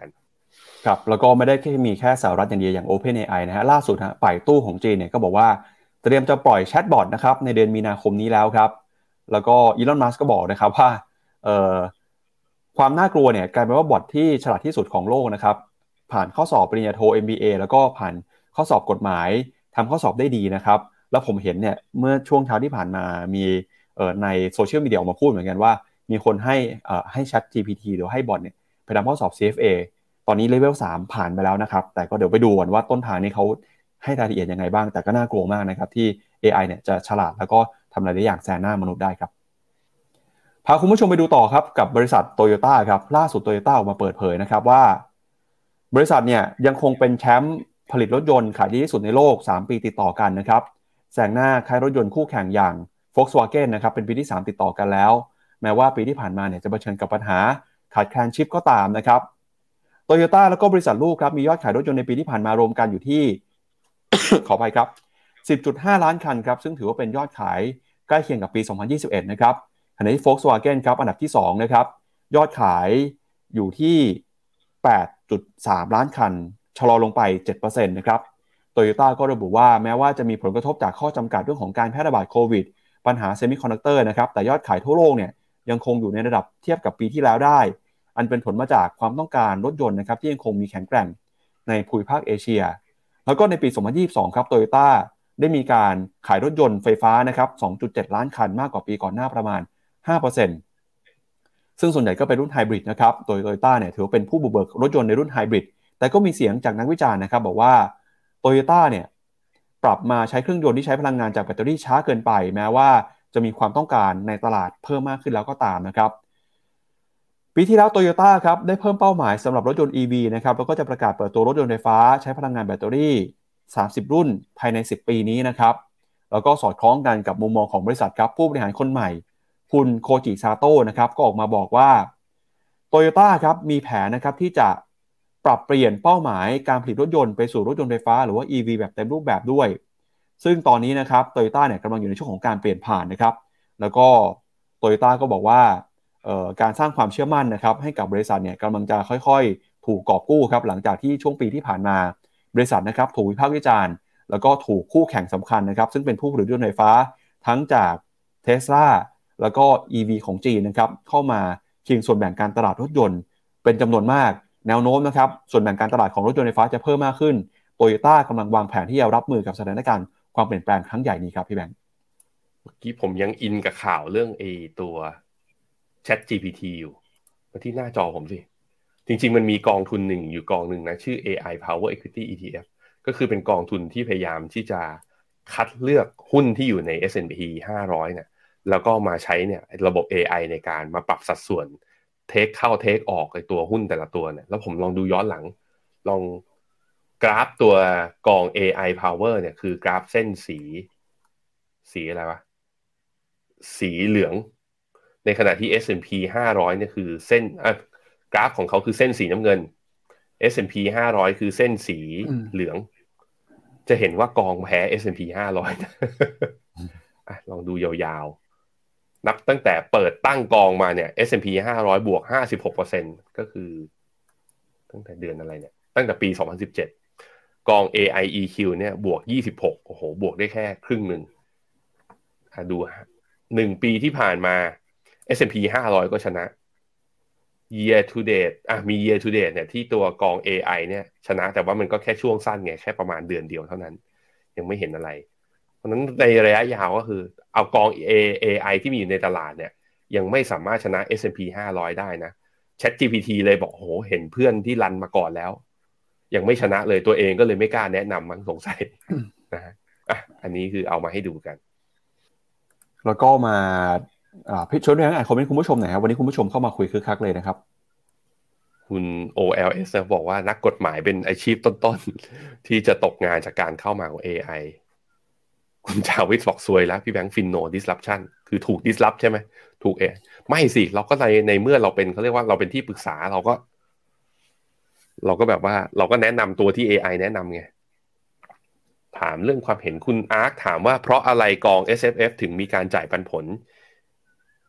Speaker 2: ครับแล้วก็ไม่ได้แค่มีแค่สหรัฐอย่างเดียวอย่าง OpenAI นะฮะล่าสุดฮะป่ายตู้ของจีนเนี่ยก็บอกว่าเตรียมจะปล่อยแชทบอทนะครับในเดือนมีนาคมนี้แล้วครับแล้วก็อีลอนมัสก์ก็บอกนะครับว่าเอ่อความน่ากลัวเนี่ยกลายเป็นว่าบอทที่ฉลาดที่สุดของโลกนะครับผ่านข้อสอบปริญญาโท เอ็ม บี เอ แล้วก็ผ่านข้อสอบกฎหมายทำข้อสอบได้ดีนะครับแล้วผมเห็นเนี่ยเมื่อช่วงเช้าที่ผ่านมามีเอ่อในโซเชียลมีเดียออกมาพูดเหมือนกันว่ามีคนให้เอ่อให้ Chat จี พี ที หรือให้บอทเนี่ยไปทำข้อสอบ ซี เอฟ เอ ตอนนี้เลเวลสามผ่านไปแล้วนะครับแต่ก็เดี๋ยวไปดูก่อนว่าต้นทางนี้เขาให้รายละเอียดยังไงบ้างแต่ก็น่ากลัวมากนะครับที่ เอ ไอ เนี่ยจะฉลาดแล้วก็ทำอะไรได้อย่างแซงหน้ามนุษย์ได้ครับพาคุณผู้ชมไปดูต่อครับกับบริษัทโตโยต้าครับล่าสุดโตโยต้าออกมาเปิดเผยนะครับว่าบริษัทเนี่ยยังคงเป็นแชมป์ผลิตรถยนต์ขายดีที่สุดในโลกสามปีติดต่อกันนะครับแซงหน้าค่ายรถยนต์คู่แข่งอย่าง Volkswagen นะครับเป็นปีที่สามติดต่อกันแล้วแม้ว่าปีที่ผ่านมาเนี่ยจะเผชิญกับปัญหาขาดแคลนชิปก็ตามนะครับโตโยต้าแล้วก็บริษัทลูกครับมียอดขายรถยนต์ในปีที่ผ่านมารวมกันอยู่ที่ ขอไปครับ สิบจุดห้า ล้านคันครับซึ่งถือว่าเป็นยอดขายใกล้เคียงกับปี สองพันยี่สิบเอ็ด นะครับขณะที่ Volkswagen ครับอันดับที่สองนะครับยอดขายอยู่ที่ แปดจุดสาม ล้านคันชะลอลงไป เจ็ดเปอร์เซ็นต์ นะครับโตโยต้าก็ระบุว่าแม้ว่าจะมีผลกระทบจากข้อจำกัดเรื่องของการแพร่ระบาดโควิดปัญหาเซมิคอนดักเตอร์นะครับแต่ยอดขายทั่วโลกเนี่ยยังคงอยู่ในระดับเทียบกับปีที่แล้วได้อันเป็นผลมาจากความต้องการรถยนต์นะครับที่ยังคงมีแข็งแกร่งในภูมิภาคเอเชียแล้วก็ในปี สองพันยี่สิบสอง ครับโตโยต้าได้มีการขายรถยนต์ไฟฟ้านะครับ สองจุดเจ็ด ล้านคันมากกว่าปีก่อนหน้าประมาณ ห้าเปอร์เซ็นต์ ซึ่งส่วนใหญ่ก็เป็นรุ่นไฮบริดนะครับโดยโตโยต้าเนี่ยถือว่าเป็นผู้บุกเบิกรถยนต์ในรุ่นไฮบริดแต่ก็มีเสียงจากนักวิจารณ์นะครับบอกว่าโตโยต้าเนี่ยปรับมาใช้เครื่องยนต์ที่ใช้พลังงานจากแบตเตอรี่ช้าเกินไปแม้ว่าจะมีความต้องการในตลาดเพิ่มมากขึ้นแล้วก็ตามนะครับปีที่แล้วโตโยต้าครับได้เพิ่มเป้าหมายสำหรับรถยนต์ อี วี นะครับแล้วก็จะประกาศเปิดตัวรถยนต์ไฟฟ้าใช้พลังงานแบตเตอรี่สามสิบรุ่นภายในสิบปีนี้นะครับแล้วก็สอดคล้องกันกับมุมมองของบริษัทครับผู้บริหารคนใหม่คุณโคจิซาโต้นะครับก็ออกมาบอกว่าโตโยต้าครับมีแผนนะครับที่จะปรับเปลี่ยนเป้าหมายการผลิตรถยนต์ไปสู่รถยนต์ไฟฟ้าหรือว่า อี วี แบบเต็มรูปแบบด้วยซึ่งตอนนี้นะครับโตโยต้าเนี่ยกำลังอยู่ในช่วงของการเปลี่ยนผ่านนะครับแล้วก็โตโยต้าก็บอกว่าการสร้างความเชื่อมั่นนะครับให้กับบริษัทเนี่ยกำลังจะค่อยๆถูกกอบกู้ครับหลังจากที่ช่วงปีที่ผ่านมาบริษัทนะครับถูกวิพากษ์วิจารณ์แล้วก็ถูกคู่แข่งสำคัญนะครับซึ่งเป็นผู้ผลิตรถยนต์ไฟฟ้าทั้งจาก Tesla แล้วก็ อี วี ของจีนนะครับเข้ามาชิงส่วนแบ่งการตลาดรถยนต์เป็นจำนวนมากแนวโน้มนะครับส่วนแบ่งการตลาดของรถยนต์ไฟฟ้าจะเพิ่มมากขึ้นโตโยต้ากำลังวางแผนที่จะรับมือกับสถานการณ์ความเปลี่ยนแปลงครั้งใหญ่นี้ครับพี่แบงค์
Speaker 3: เมื่อกี้ผมยังอินกับข่าวเรื่องไอ้ตัว Chat จี พี ที อยู่มาที่หน้าจอผมสิจริงๆมันมีกองทุนหนึ่งอยู่กองหนึ่งนะชื่อ เอ ไอ Power Equity อี ที เอฟ ก็คือเป็นกองทุนที่พยายามที่จะคัดเลือกหุ้นที่อยู่ใน เอส แอนด์ พี ห้าร้อยเนี่ยแล้วก็มาใช้เนี่ยระบบ เอ ไอ ในการมาปรับสัดส่วนเทคเข้าเทคออกไอ้ตัวหุ้นแต่ละตัวเนี่ยแล้วผมลองดูย้อนหลังลองกราฟตัวกอง เอ ไอ Power เนี่ยคือกราฟเส้นสีสีอะไรวะสีเหลืองในขณะที่ เอส แอนด์ พี ห้าร้อยเนี่ยคือเส้นอ่ะกราฟของเขาคือเส้นสีน้ำเงิน เอส แอนด์ พี ห้าร้อยคือเส้นสีเหลืองจะเห็นว่ากองแพ้ เอส แอนด์ พี ห้าร้อยนะอ่ะลองดูยาวๆนับตั้งแต่เปิดตั้งกองมาเนี่ย เอส แอนด์ พี ห้าร้อยบวก ห้าสิบหกเปอร์เซ็นต์ ก็คือตั้งแต่เดือนอะไรเนี่ยตั้งแต่ปีสองพันสิบเจ็ดกอง เอ ไอ อี คิว เนี่ยบวกยี่สิบหกโอ้โหบวกได้แค่ครึ่งนึงอ่ะดูหนึ่งปีที่ผ่านมา เอส แอนด์ พี ห้าร้อยก็ชนะ year to date อ่ะมี year to date เนี่ยที่ตัวกอง เอ ไอ เนี่ยชนะแต่ว่ามันก็แค่ช่วงสั้นไงแค่ประมาณเดือนเดียวเท่านั้นยังไม่เห็นอะไรเพราะนั้นในระยะยาวก็คือเอากอง เอ ไอ ที่มีอยู่ในตลาดเนี่ยยังไม่สามารถชนะ เอส แอนด์ พี ห้าร้อยได้นะ Chat จี พี ที เลยบอกโหเห็นเพื่อนที่รันมาก่อนแล้วยังไม่ชนะเลยตัวเองก็เลยไม่กล้าแนะนำมั้งสงสัยนะฮะอ่ะอันนี้คือเอามาให้ดูกัน
Speaker 2: แล้วก็มาอ่าพี่ชวนด้วยอ่านคอมเมนต์คุณผู้ชมหน่อยครับวันนี้คุณผู้ชมเข้ามาคุยคึกคักเลยนะครับ
Speaker 3: คุณ โอ แอล เอส นะบอกว่านักกฎหมายเป็นอาชีพต้นๆที่จะตกงานจากการเข้ามาของ เอ ไอ คุณจาวิทบอกซวยแล้วพี่แบงค์ฟินโน disruption คือถูก disrupt ใช่ไหมถูกเอไม่สิเราก็ในในเมื่อเราเป็นเขาเรียกว่าเราเป็นที่ปรึกษาเราก็เราก็แบบว่าเราก็แนะนำตัวที่ เอ ไอ แนะนำไงถามเรื่องความเห็นคุณอาร์คถามว่าเพราะอะไรกอง เอส เอฟ เอฟ ถึงมีการจ่ายปันผล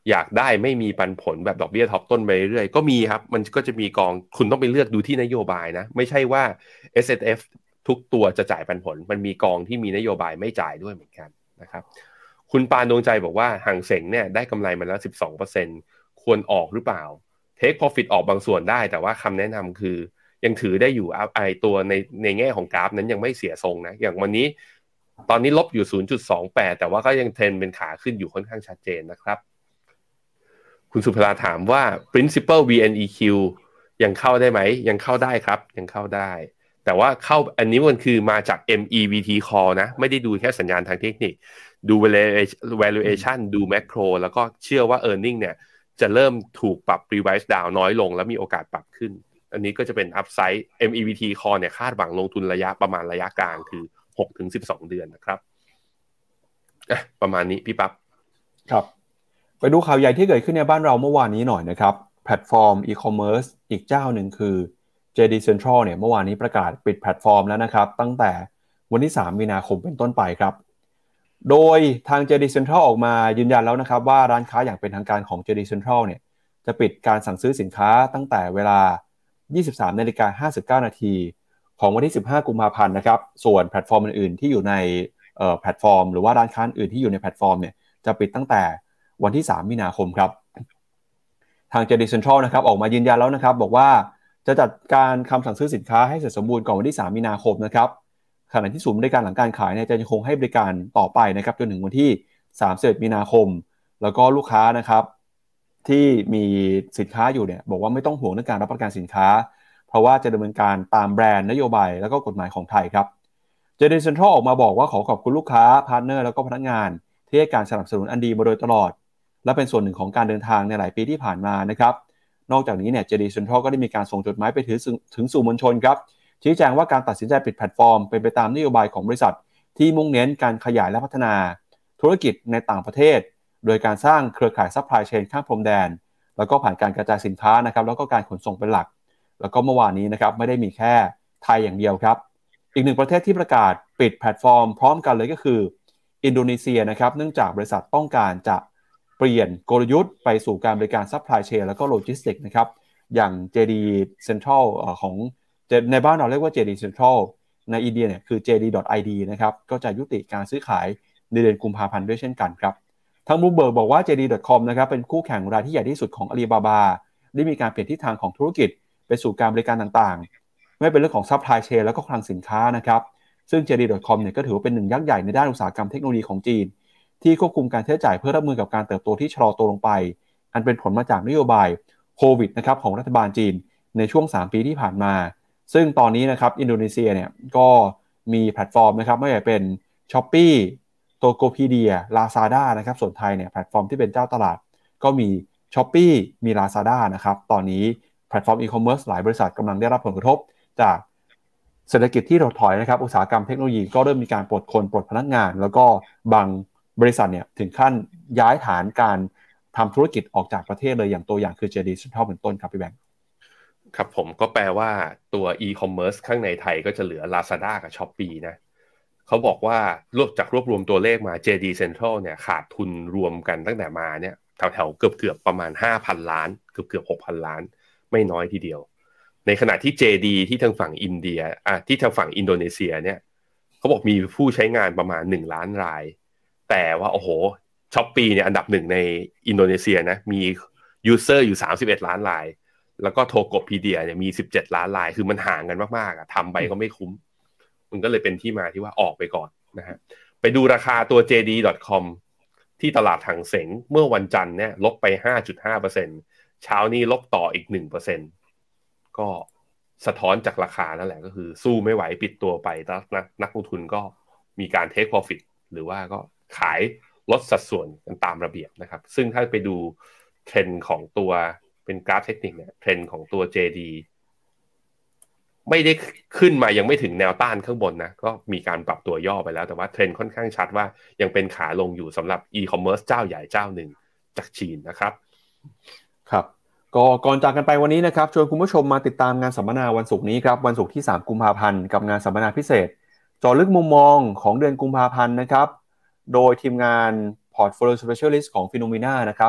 Speaker 3: อยากได้ไม่มีปันผลแบบดอกเบี้ยทบต้นไปเรื่อยๆก็มีครับมันก็จะมีกองคุณต้องไปเลือกดูที่นโยบายนะไม่ใช่ว่า เอส แอนด์ เอฟ ทุกตัวจะจ่ายปันผลมันมีกองที่มีนโยบายไม่จ่ายด้วยเหมือนกันนะครับคุณปานดวงใจบอกว่าห่างเส็งเนี่ยได้กำไรมาแล้ว สิบสองเปอร์เซ็นต์ ควรออกหรือเปล่า Take Profit ออกบางส่วนได้แต่ว่าคำแนะนำคือยังถือได้อยู่ไอตัวในในแง่ของกราฟนั้นยังไม่เสียทรงนะอย่างวันนี้ตอนนี้ลบอยู่ ศูนย์จุดสองแปด แต่ว่าก็ยังเทรนเป็นขาขึ้นอยู่ค่อนข้างชัดเจนนะครับคุณสุภราถามว่า Principal วี เอ็น อี คิว ยังเข้าได้ไหมยังเข้าได้ครับยังเข้าได้แต่ว่าเข้าอันนี้มันคือมาจาก เอ็ม อี วี ที Call นะไม่ได้ดูแค่สัญญาณทางเทคนิคดู valuation ดู macro แล้วก็เชื่อว่า earning เนี่ยจะเริ่มถูกปรับ revise down น้อยลงแล้วมีโอกาสปรับขึ้นอันนี้ก็จะเป็น upside เอ็ม อี วี ที Call เนี่ยคาดหวังลงทุนระยะประมาณระยะกลางคือ หกถึงสิบสอง เดือนนะครับประมาณนี้พี่ปั๊บ
Speaker 2: ครับไปดูข่าวใหญ่ที่เกิดขึ้นในบ้านเราเมื่อวานนี้หน่อยนะครับแพลตฟอร์มอีคอมเมิร์ซอีกเจ้าหนึ่งคือ เจ ดี Central เนี่ยเมื่อวานนี้ประกาศปิดแพลตฟอร์มแล้วนะครับตั้งแต่วันที่สามมีนาคมเป็นต้นไปครับโดยทาง เจ ดี Central ออกมายืนยันแล้วนะครับว่าร้านค้าอย่างเป็นทางการของ เจ ดี Central เนี่ยจะปิดการสั่งซื้อสินค้าตั้งแต่เวลา ยี่สิบสามนาฬิกาห้าสิบเก้านาทีของวันที่สิบห้ากุมภาพันธ์นะครับส่วนแพลตฟอร์มอื่นๆที่อยู่ในเอ่อแพลตฟอร์มหรือว่าร้านค้าอื่นที่อยู่ในแพลตฟอร์มเนี่ยจะปิดตั้งแต่วันที่สามมีนาคมครับทาง เจ ดี Central นะครับออกมายืนยันแล้วนะครับบอกว่าจะจัดการคำสั่งซื้อสินค้าให้เสร็จสมบูรณ์ก่อนวันที่สามมีนาคมนะครับขณะที่ศูนย์บริการหลังการขายเนี่ยจะยังคงให้บริการต่อไปนะครับจนถึงวันที่สามสิบเอ็ดมีนาคมแล้วก็ลูกค้านะครับที่มีสินค้าอยู่เนี่ยบอกว่าไม่ต้องห่วงเรื่องการรับประกันสินค้าเพราะว่าจะดำเนินการตามแบรนด์นโยบายแล้วก็กฎหมายของไทยครับ เจ ดี Central ออกมาบอกว่าขอขอบคุณลูกค้าพาร์ทเนอร์แล้วก็พนักงานที่ให้การสนับสนุนอันดีมาโดยตลอดและเป็นส่วนหนึ่งของการเดินทางในหลายปีที่ผ่านมานะครับนอกจากนี้เนี่ย เจ ดี Central ก็ได้มีการส่งจดหมายไปถึงถึงสู่มวลชนครับชี้แจงว่าการตัดสินใจปิดแพลตฟอร์มเป็นไปตามนโยบายของบริษัทที่มุ่งเน้นการขยายและพัฒนาธุรกิจในต่างประเทศโดยการสร้างเครือข่ายซัพพลายเชนข้ามพรมแดนแล้วก็ผ่านการกระจายสินค้านะครับแล้วก็การขนส่งเป็นหลักแล้วก็เมื่อวานนี้นะครับไม่ได้มีแค่ไทยอย่างเดียวครับอีกหนึ่งประเทศที่ประกาศปิดแพลตฟอร์มพร้อมกันเลยก็คืออินโดนีเซียนะครับเนื่องจากบริษัทต้องการจะเปลี่ยนกลยุทธ์ไปสู่การบริการซัพพลายเชนแล้วก็โลจิสติกส์นะครับอย่าง เจ ดี Central เอ่อของในบ้านเราเรียกว่า เจ ดี Central ในอินเดียเนี่ยคือ เจ ดี ดอท ไอ ดี นะครับก็จะยุติการซื้อขายในเดือนกุมภาพันธ์ด้วยเช่นกันครับทาง Bloomberg บอกว่า เจ ดี ดอท คอม นะครับเป็นคู่แข่งรายที่ใหญ่ที่สุดของ Alibaba ได้มีการเปลี่ยนทิศทางของธุรกิจไปสู่การบริการต่างๆไม่เป็นเรื่องของซัพพลายเชนแล้วก็คลังสินค้านะครับซึ่ง เจ ดี ดอท คอม เนี่ยก็ถือว่าเป็นหนึ่งยักษ์ใหญ่ในด้านอุตสาหกรรมเทคโนโลยีของจีนที่ควบคุมการใช้จ่ายเพื่อรับมือกับการเติบโตที่ชะลอตัวลงไปอันเป็นผลมาจากนโยบายโควิดนะครับของรัฐบาลจีนในช่วงสามปีที่ผ่านมาซึ่งตอนนี้นะครับอินโดนีเซียเนี่ยก็มีแพลตฟอร์มนะครับไม่ว่าจะเป็น Shopee Tokopedia Lazada นะครับส่วนไทยเนี่ยแพลตฟอร์มที่เป็นเจ้าตลาดก็มี Shopee มี Lazada นะครับตอนนี้แพลตฟอร์มอีคอมเมิร์ซหลายบริษัทกำลังได้รับผลกระทบจากเศรษฐกิจที่ถดถอยนะครับอุตสาหกรรมเทคโนโลยีก็เริ่มมีการปลดคนปลดพนักงานแล้วก็บางบริษัทเนี่ยถึงขั้นย้ายฐานการทำธุรกิจออกจากประเทศเลยอย่างตัวอย่างคือ เจ ดี Central เป็นต้นครับพี่แบงค์
Speaker 3: ครับผมก็แปลว่าตัว e-commerce ข้างในไทยก็จะเหลือ Lazada กับ Shopee นะเขาบอกว่ารวบจากรวบรวมตัวเลขมา เจ ดี Central เนี่ยขาดทุนรวมกันตั้งแต่มาเนี่ยแถวๆเกือบๆประมาณ ห้าพัน ล้านเกือบๆ หกพัน ล้านไม่น้อยทีเดียวในขณะที่ เจ ดี ที่ทางฝั่งอินเดียอ่ะที่ทางฝั่งอินโดนีเซียเนี่ยเขาบอกมีผู้ใช้งานประมาณหนึ่งล้านรายแต่ว่าโอ้โห Shopee เนี่ยอันดับหนึ่งในอินโดนีเซียนะมียูเซอร์อยู่สามสิบเอ็ดล้านรายแล้วก็โทโกพีเดียเนี่ยมีสิบเจ็ดล้านรายคือมันห่างกันมากๆอ่ะทำไปก็ไม่คุ้มมันก็เลยเป็นที่มาที่ว่าออกไปก่อนนะฮะไปดูราคาตัว เจ ดี ดอท คอม ที่ตลาดถังเส็งเมื่อวันจันทร์เนี่ยลบไป ห้าจุดห้าเปอร์เซ็นต์ เช้านี้ลบต่ออีก หนึ่งเปอร์เซ็นต์ ก็สะท้อนจากราคานั่นแหละก็คือสู้ไม่ไหวปิดตัวไปแล้วนักนักลงทุนก็มีการ take profit หรือว่าก็ขายลดสัดส่วนกันตามระเบียบนะครับซึ่งถ้าไปดูเทรนด์ของตัวเป็นกราฟเทคนิคเนี่ยเทรนด์ของตัว เจ ดี ไม่ได้ขึ้นมายังไม่ถึงแนวต้านข้างบนนะก็มีการปรับตัวย่อไปแล้วแต่ว่าเทรนด์ค่อนข้างชัดว่ายังเป็นขาลงอยู่สำหรับ e-commerce เจ้าใหญ่เจ้าหนึ่งจากจีนนะครับ
Speaker 2: ครับก็ก่อนจากกันไปวันนี้นะครับชวนคุณผู้ชมมาติดตามงานสัมมนาวันศุกร์นี้ครับวันศุกร์ที่สามกุมภาพันธ์กับงานสัมมนาพิเศษเจาะลึกมุมมองของเดือนกุมภาพันธ์นะครับโดยทีมงาน Portfolio Specialist ของ Phenomena นะครับ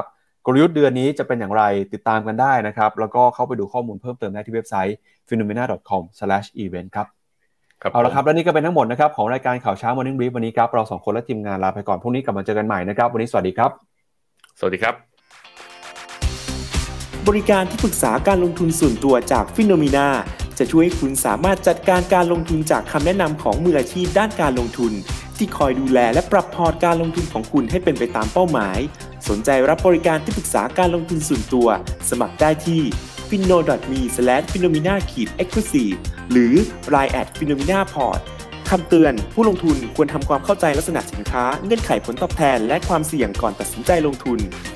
Speaker 2: กลยุทธ์เดือนนี้จะเป็นอย่างไรติดตามกันได้นะครับแล้วก็เข้าไปดูข้อมูลเพิ่มเติมได้ที่เว็บไซต์ ฟีโนเมนา ดอท คอม สแลช อีเวนต์ ครับเอาละครับและนี่ก็เป็นทั้งหมดนะครับของรายการข่าวเช้า Morning Brief วันนี้ครับเราสองคนและทีมงานลาไปก่อนพรุ่งนี้กลับมาเจอกันใหม่นะครับวันนี้สวัสดีครับ
Speaker 3: สวัสดีครับ
Speaker 4: บริการที่ปรึกษาการลงทุนส่วนตัวจาก Phenomena จะช่วยให้คุณสามารถจัดการการลงทุนจากคำแนะนำของมืออาชีพด้านการลงทุนที่คอยดูแลและปรับพอร์ตการลงทุนของคุณให้เป็นไปตามเป้าหมายสนใจรับบริการที่ปรึกษาการลงทุนส่วนตัวสมัครได้ที่ ฟิโน ดอท มี สแลช ฟีโนเมนา เอ็กซ์คลูซีฟ หรือ ไลน์ แอท ฟีโนเมนาพอร์ต คำเตือนผู้ลงทุนควรทำความเข้าใจลักษณะสินค้าเงื่อนไขผลตอบแทนและความเสี่ยงก่อนตัดสินใจลงทุน